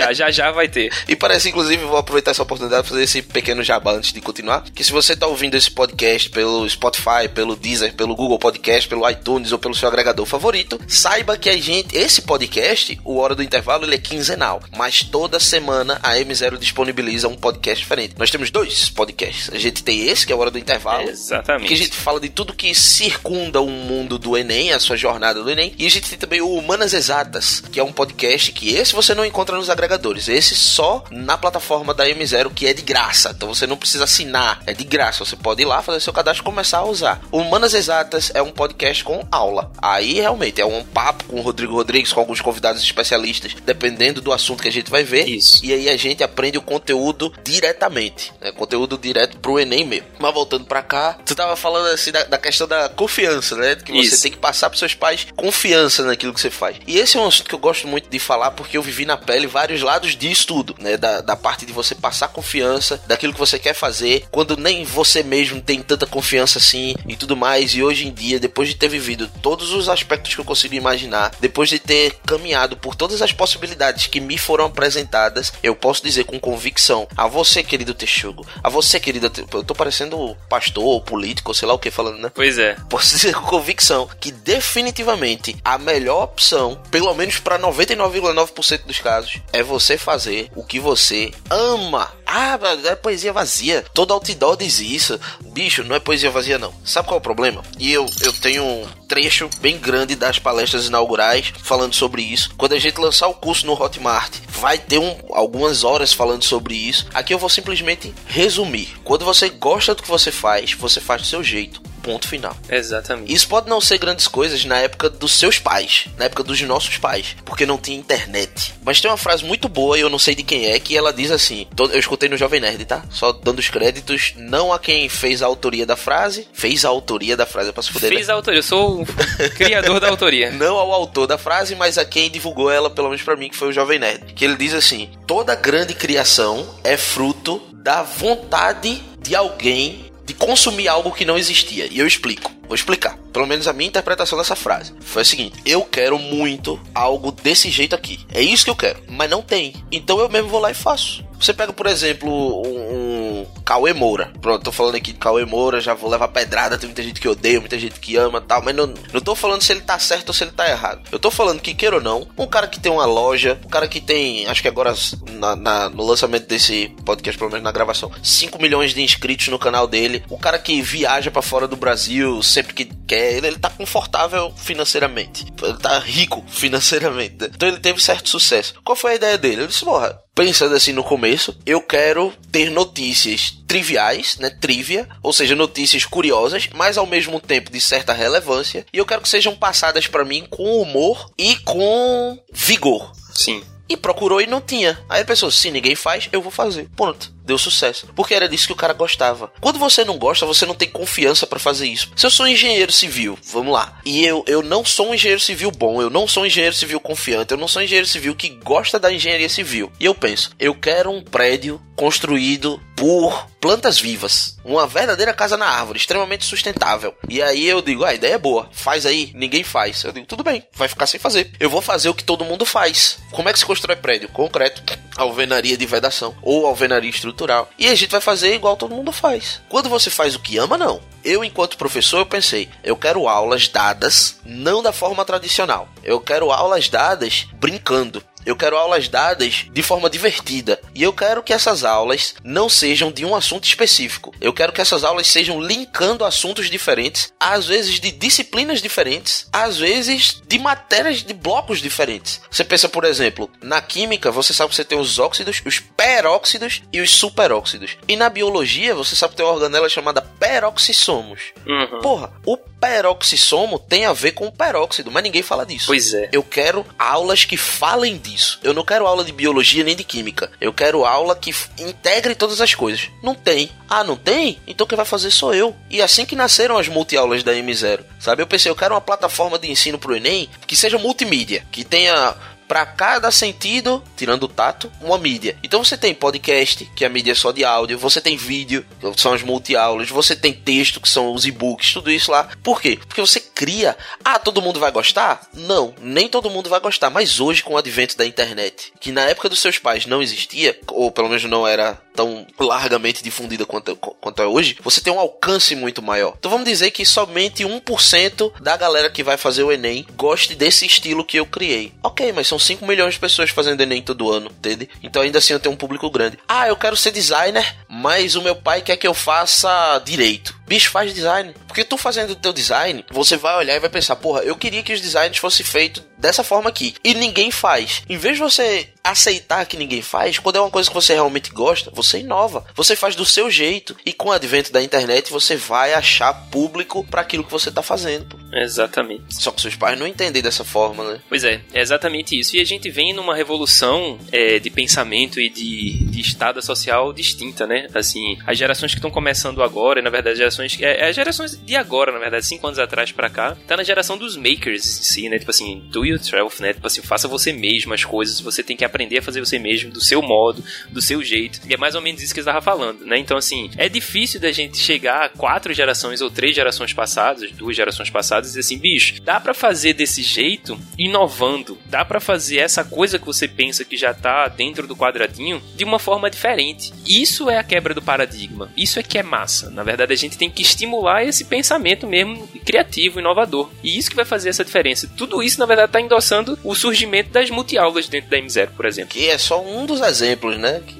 Speaker 3: Já vai ter.
Speaker 2: E parece, inclusive, vou aproveitar essa oportunidade pra fazer esse pequeno jabá antes de continuar. Que se você tá ouvindo esse podcast pelo Spotify, pelo Deezer, pelo Google Podcast, pelo iTunes ou pelo seu agregador favorito, saiba que esse podcast, o Hora do Intervalo, ele é quinzenal. Mas toda semana a M0 disponibiliza um podcast diferente. Nós temos 2 podcasts. A gente tem esse, que é a Hora do Intervalo.
Speaker 3: Exatamente.
Speaker 2: Que a gente fala de tudo que circunda o mundo do Enem, a sua jornada do Enem. E a gente tem também o Humanas Exatas, que é um podcast que esse você não encontra nos agregadores. Esse só na plataforma da M0, que é de graça. Então você não precisa assinar, é de graça. Você pode ir lá, fazer seu cadastro e começar a usar. O Humanas Exatas é um podcast com aula. Aí realmente é um papo com o Rodrigo Rodrigues, com alguns convidados especialistas, dependendo do assunto que a gente vai ver.
Speaker 3: Isso.
Speaker 2: E aí a gente aprende o conteúdo diretamente, né? Conteúdo direto pro Enem mesmo. Mas voltando pra cá, tu tava falando assim da questão da confiança, né? Que você tem que passar pros seus pais confiança naquilo que você faz. E esse é um assunto que eu gosto muito de falar, porque eu vivi na pele vários lados disso tudo, né? Da parte de você passar confiança daquilo que você quer fazer, quando nem você mesmo tem tanta confiança assim e tudo mais. E hoje em dia, depois de ter vivido todos os aspectos que eu consigo imaginar, depois de ter caminhado por todas as possibilidades que me foram apresentadas, eu posso dizer com convicção, a você, querido Texugo, a você, querida... Eu tô parecendo pastor ou político, ou sei lá o que falando, né?
Speaker 3: Pois é.
Speaker 2: Posso dizer com convicção que definitivamente a melhor opção, pelo menos para 99,9% dos casos, é você fazer o que você ama. Ah, é poesia vazia. Todo outdoor diz isso. Bicho, não é poesia vazia não. Sabe qual é o problema? E eu tenho um trecho bem grande das palestras inaugurais falando sobre isso. Quando a gente lançar o curso no Hotmart, vai ter algumas horas falando sobre isso. Aqui eu vou simplesmente resumir. Quando você gosta do que você faz do seu jeito. Ponto final.
Speaker 3: Exatamente.
Speaker 2: Isso pode não ser grandes coisas na época dos seus pais, na época dos nossos pais, porque não tinha internet. Mas tem uma frase muito boa, e eu não sei de quem é, que ela diz assim, eu escutei no Jovem Nerd, tá? Só dando os créditos, não a quem fez a autoria da frase, eu posso foder,
Speaker 3: Fez a autoria, eu sou o criador da autoria.
Speaker 2: Não ao autor da frase, mas a quem divulgou ela, pelo menos pra mim, que foi o Jovem Nerd. Que ele diz assim, toda grande criação é fruto da vontade de alguém de consumir algo que não existia. E eu explico. Vou explicar. Pelo menos a minha interpretação dessa frase foi a seguinte: eu quero muito algo desse jeito aqui. É isso que eu quero. Mas não tem. Então eu mesmo vou lá e faço. Você pega, por exemplo, um Cauê Moura. Pronto, tô falando aqui de Cauê Moura, já vou levar pedrada, tem muita gente que odeia, muita gente que ama e tal, mas não tô falando se ele tá certo ou se ele tá errado. Eu tô falando que, queira ou não, um cara que tem uma loja, um cara que tem, acho que agora no lançamento desse podcast, pelo menos na gravação, 5 milhões de inscritos no canal dele, o cara que viaja pra fora do Brasil sempre que quer, ele tá confortável financeiramente, ele tá rico financeiramente, né? Então ele teve certo sucesso. Qual foi a ideia dele? Ele disse, porra, pensando assim no começo, eu quero ter notícias triviais, né, trivia, ou seja, notícias curiosas, mas ao mesmo tempo de certa relevância, e eu quero que sejam passadas pra mim com humor e com vigor.
Speaker 3: Sim.
Speaker 2: E procurou e não tinha. Aí ele pensou, se ninguém faz, eu vou fazer. Pronto. Deu sucesso. Porque era disso que o cara gostava. Quando você não gosta, você não tem confiança pra fazer isso. Se eu sou engenheiro civil, vamos lá, e eu não sou um engenheiro civil bom, eu não sou um engenheiro civil confiante, eu não sou um engenheiro civil que gosta da engenharia civil. E eu penso, eu quero um prédio construído por plantas vivas. Uma verdadeira casa na árvore, extremamente sustentável. E aí eu digo, a ideia é boa, faz aí, ninguém faz. Eu digo, tudo bem, vai ficar sem fazer. Eu vou fazer o que todo mundo faz. Como é que se constrói prédio? Concreto, alvenaria de vedação ou alvenaria estrutural. E a gente vai fazer igual todo mundo faz. Quando você faz o que ama, não. Eu, enquanto professor, eu pensei, eu quero aulas dadas não da forma tradicional. Eu quero aulas dadas brincando. Eu quero aulas dadas de forma divertida. E eu quero que essas aulas não sejam de um assunto específico. Eu quero que essas aulas sejam linkando assuntos diferentes, às vezes de disciplinas diferentes, às vezes de matérias, de blocos diferentes. Você pensa, por exemplo, na química, você sabe que você tem os óxidos, os peróxidos e os superóxidos. E na biologia, você sabe que tem uma organela chamada peroxissomos. Porra, o peroxissomo tem a ver com o peróxido, mas ninguém fala disso.
Speaker 3: Pois é.
Speaker 2: Eu quero aulas que falem disso. Eu não quero aula de biologia nem de química. Eu quero aula que integre todas as coisas. Não tem. Ah, não tem? Então quem vai fazer sou eu. E assim que nasceram as multiaulas da M0, sabe? Eu pensei, eu quero uma plataforma de ensino pro Enem que seja multimídia, que tenha para cada sentido, tirando o tato, uma mídia. Então você tem podcast, que a mídia é só de áudio, você tem vídeo, que são as multiaulas, você tem texto, que são os e-books, tudo isso lá. Por quê? Porque você cria. Ah, todo mundo vai gostar? Não, nem todo mundo vai gostar. Mas hoje, com o advento da internet, que na época dos seus pais não existia, ou pelo menos não era tão largamente difundida quanto é hoje, você tem um alcance muito maior. Então vamos dizer que somente 1% da galera que vai fazer o Enem goste desse estilo que eu criei. Ok, mas são 5 milhões de pessoas fazendo Enem todo ano, entende? Então ainda assim eu tenho um público grande. Ah, eu quero ser designer, mas o meu pai quer que eu faça direito. Bicho, faz design. Porque tu fazendo o teu design, você vai olhar e vai pensar, porra, eu queria que os designs fossem feitos dessa forma aqui. E ninguém faz. Em vez de você aceitar que ninguém faz, quando é uma coisa que você realmente gosta, você inova. Você faz do seu jeito. E com o advento da internet, você vai achar público para aquilo que você tá fazendo. Pô.
Speaker 3: Exatamente.
Speaker 2: Só que seus pais não entendem dessa forma, né?
Speaker 3: Pois é exatamente isso. E a gente vem numa revolução de pensamento e de estada social distinta, né? Assim, as gerações que estão começando agora, na verdade, as gerações de agora, na verdade, 5 anos atrás pra cá, tá na geração dos makers em si, né? Tipo assim, do yourself, né? Tipo assim, faça você mesmo as coisas, você tem que aprender a fazer você mesmo, do seu modo, do seu jeito. E é mais ou menos isso que eu estava falando, né? Então, assim, é difícil da gente chegar a 4 gerações ou 3 gerações passadas, 2 gerações passadas, e dizer assim, bicho, dá pra fazer desse jeito, inovando, dá pra fazer essa coisa que você pensa que já tá dentro do quadradinho de uma forma diferente. Isso é a quebra do paradigma. Isso é que é massa. Na verdade, a gente tem que estimular esse pensamento mesmo criativo, inovador. E isso que vai fazer essa diferença. Tudo isso, na verdade, está endossando o surgimento das multiaulas dentro da M0, por exemplo.
Speaker 2: Que é só um dos exemplos, né?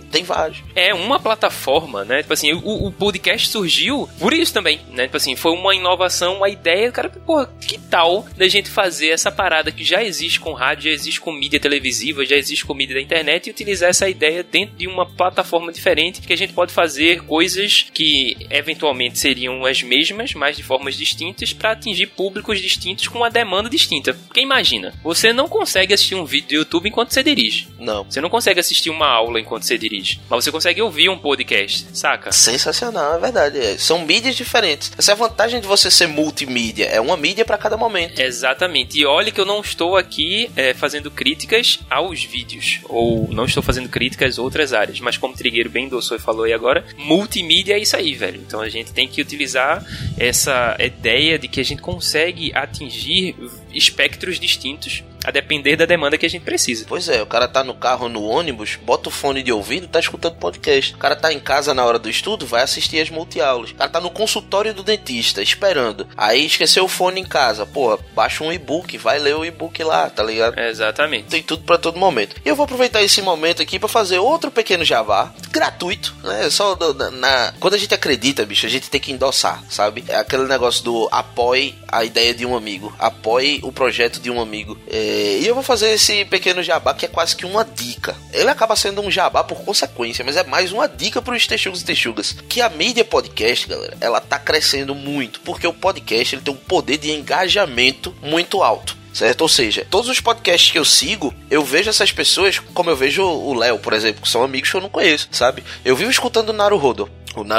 Speaker 2: Tem vários.
Speaker 3: É uma plataforma, né? Tipo assim, o podcast surgiu por isso também, né? Tipo assim, foi uma inovação, uma ideia, cara, porra, que tal da gente fazer essa parada que já existe com rádio, já existe com mídia televisiva, já existe com mídia da internet e utilizar essa ideia dentro de uma plataforma diferente que a gente pode fazer coisas que eventualmente seriam as mesmas, mas de formas distintas para atingir públicos distintos com uma demanda distinta. Porque imagina, você não consegue assistir um vídeo do YouTube enquanto você dirige.
Speaker 2: Não.
Speaker 3: Você não consegue assistir uma aula enquanto você dirige, mas você consegue ouvir um podcast, saca?
Speaker 2: Sensacional, é verdade. São mídias diferentes. Essa é a vantagem de você ser multimídia. É uma mídia para cada momento.
Speaker 3: Exatamente. E olha que eu não estou aqui fazendo críticas aos vídeos, ou não estou fazendo críticas a outras áreas, mas como o Trigueiro bem endossou e falou aí agora, multimídia é isso aí, velho. Então a gente tem que utilizar essa ideia de que a gente consegue atingir espectros distintos a depender da demanda que a gente precisa.
Speaker 2: Pois é, o cara tá no carro, no ônibus, bota o fone de ouvido, tá escutando podcast. O cara tá em casa na hora do estudo, vai assistir as multiaulas. O cara tá no consultório do dentista, esperando. Aí esqueceu o fone em casa. Porra, baixa um e-book, vai ler o e-book lá, tá ligado?
Speaker 3: Exatamente.
Speaker 2: Tem tudo pra todo momento. E eu vou aproveitar esse momento aqui pra fazer outro pequeno jabá, gratuito, né? Só quando a gente acredita, bicho, a gente tem que endossar, sabe? É aquele negócio do apoie a ideia de um amigo, apoie o projeto de um amigo. E eu vou fazer esse pequeno jabá que é quase que uma dica. Ele acaba sendo um jabá por consequência, mas é mais uma dica para os texugos e texugas. Que a mídia podcast, galera, ela tá crescendo muito, porque o podcast ele tem um poder de engajamento muito alto. Certo? Ou seja, todos os podcasts que eu sigo, eu vejo essas pessoas como eu vejo o Léo, por exemplo, que são amigos que eu não conheço, sabe? Eu vivo escutando o Naruhodo.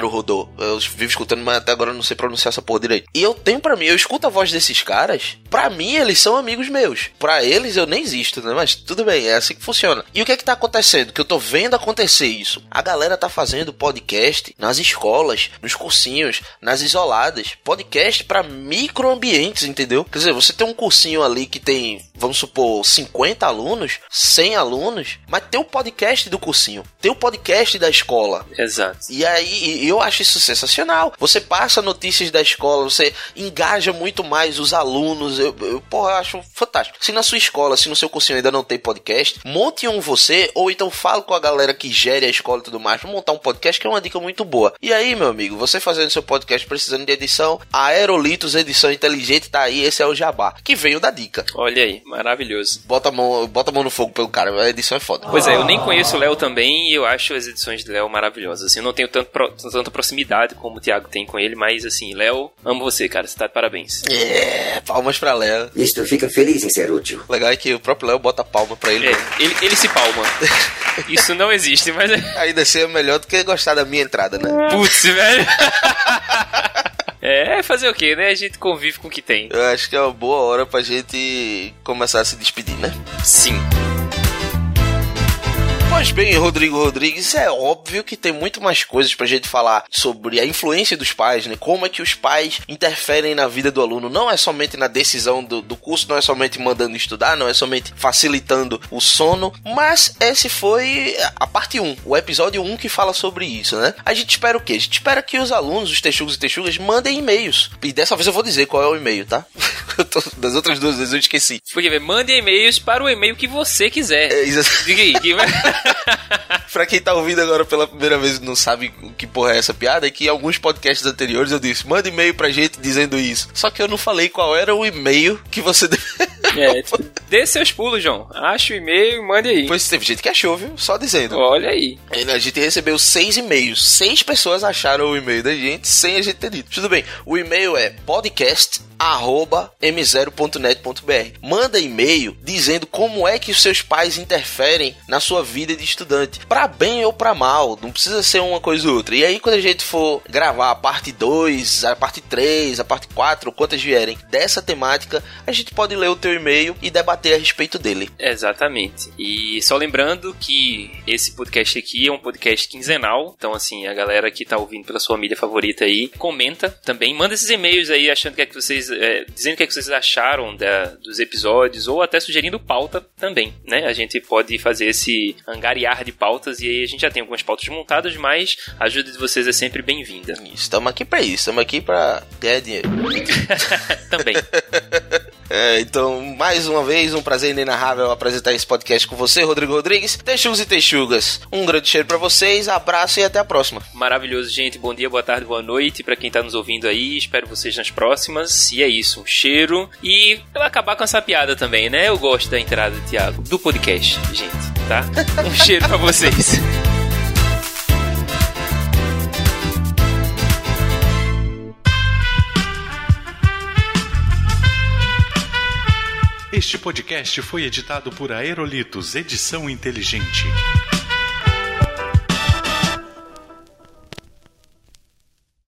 Speaker 2: Eu vivo escutando, mas até agora eu não sei pronunciar essa porra direito. E eu tenho pra mim, eu escuto a voz desses caras, pra mim eles são amigos meus. Pra eles eu nem existo, né? Mas tudo bem, é assim que funciona. E o que é que tá acontecendo? Que eu tô vendo acontecer isso. A galera tá fazendo podcast nas escolas, nos cursinhos, nas isoladas. Podcast pra microambientes, entendeu? Quer dizer, você tem um cursinho ali que tem, vamos supor, 50 alunos, 100 alunos, mas tem o podcast do cursinho, tem o podcast da escola.
Speaker 3: Exato.
Speaker 2: E aí, eu acho isso sensacional. Você passa notícias da escola, você engaja muito mais os alunos. Eu acho fantástico. Se na sua escola, se no seu cursinho ainda não tem podcast, monte um você, ou então fale com a galera que gere a escola e tudo mais, pra montar um podcast, que é uma dica muito boa. E aí, meu amigo, você fazendo seu podcast precisando de edição, a Aerolitos Edição Inteligente tá aí, esse é o jabá, que veio da dica.
Speaker 3: Olha aí, maravilhoso.
Speaker 2: Bota a mão no fogo pelo cara, a edição é foda.
Speaker 3: Pois é, eu nem conheço o Léo também e eu acho as edições de Léo maravilhosas. Assim, eu não tenho tanta proximidade como o Thiago tem com ele, mas assim, Léo, amo você, cara, você tá de parabéns.
Speaker 2: Palmas pra Léo.
Speaker 4: Isto fica feliz em ser útil.
Speaker 2: O legal é que o próprio Léo bota palma pra ele.
Speaker 3: Ele se palma. Isso não existe, mas...
Speaker 2: Ainda assim é melhor do que gostar da minha entrada, né?
Speaker 3: Putz, velho. Fazer o quê, né? A gente convive com o que tem.
Speaker 2: Eu acho que é uma boa hora pra gente começar a se despedir, né?
Speaker 3: Sim.
Speaker 2: Pois bem, Rodrigo Rodrigues, é óbvio que tem muito mais coisas pra gente falar sobre a influência dos pais, né? Como é que os pais interferem na vida do aluno. Não é somente na decisão do curso, não é somente mandando estudar, não é somente facilitando o sono, mas esse foi a parte 1, o episódio 1 que fala sobre isso, né? A gente espera o quê? A gente espera que os alunos, os texugos e texugas, mandem e-mails. E dessa vez eu vou dizer qual é o e-mail, tá? Das outras duas vezes eu esqueci.
Speaker 3: Porque mandem e-mails para o e-mail que você quiser. Diga aí, que vai...
Speaker 2: Pra quem tá ouvindo agora pela primeira vez e não sabe o que porra é essa piada, é que em alguns podcasts anteriores eu disse, manda e-mail pra gente dizendo isso. Só que eu não falei qual era o e-mail que você deve...
Speaker 3: Dê seus pulos, João. Acha o e-mail e mande aí.
Speaker 2: Pois teve gente que achou, viu? Só dizendo.
Speaker 3: Olha aí.
Speaker 2: A gente recebeu 6 e-mails. 6 pessoas acharam o e-mail da gente sem a gente ter dito. Tudo bem. O e-mail é podcast@m0.net.br. Manda e-mail dizendo como é que os seus pais interferem na sua vida de estudante. Pra bem ou pra mal. Não precisa ser uma coisa ou outra. E aí quando a gente for gravar a parte 2, a parte 3, a parte 4, ou quantas vierem dessa temática, a gente pode ler o teu e-mail e debater a respeito dele.
Speaker 3: Exatamente. E só lembrando que esse podcast aqui é um podcast quinzenal. Então assim, a galera que tá ouvindo pela sua mídia favorita aí, comenta também. Manda esses e-mails aí achando que é que vocês... dizendo o que é que vocês acharam dos episódios, ou até sugerindo pauta também, né? A gente pode fazer esse angariar de pautas e aí a gente já tem algumas pautas montadas, mas a ajuda de vocês é sempre bem-vinda.
Speaker 2: Estamos aqui pra isso, estamos aqui pra ganhar dinheiro.
Speaker 3: Também.
Speaker 2: Então, mais uma vez, um prazer inenarrável apresentar esse podcast com você, Rodrigo Rodrigues. Texugos e texugas, um grande cheiro pra vocês, abraço e até a próxima.
Speaker 3: Maravilhoso, gente. Bom dia, boa tarde, boa noite pra quem tá nos ouvindo aí. Espero vocês nas próximas. E é isso, um cheiro. E eu vou acabar com essa piada também, né? Eu gosto da entrada do Thiago, do podcast, gente, tá? Um cheiro pra vocês.
Speaker 1: Este podcast foi editado por Aerolitos Edição Inteligente.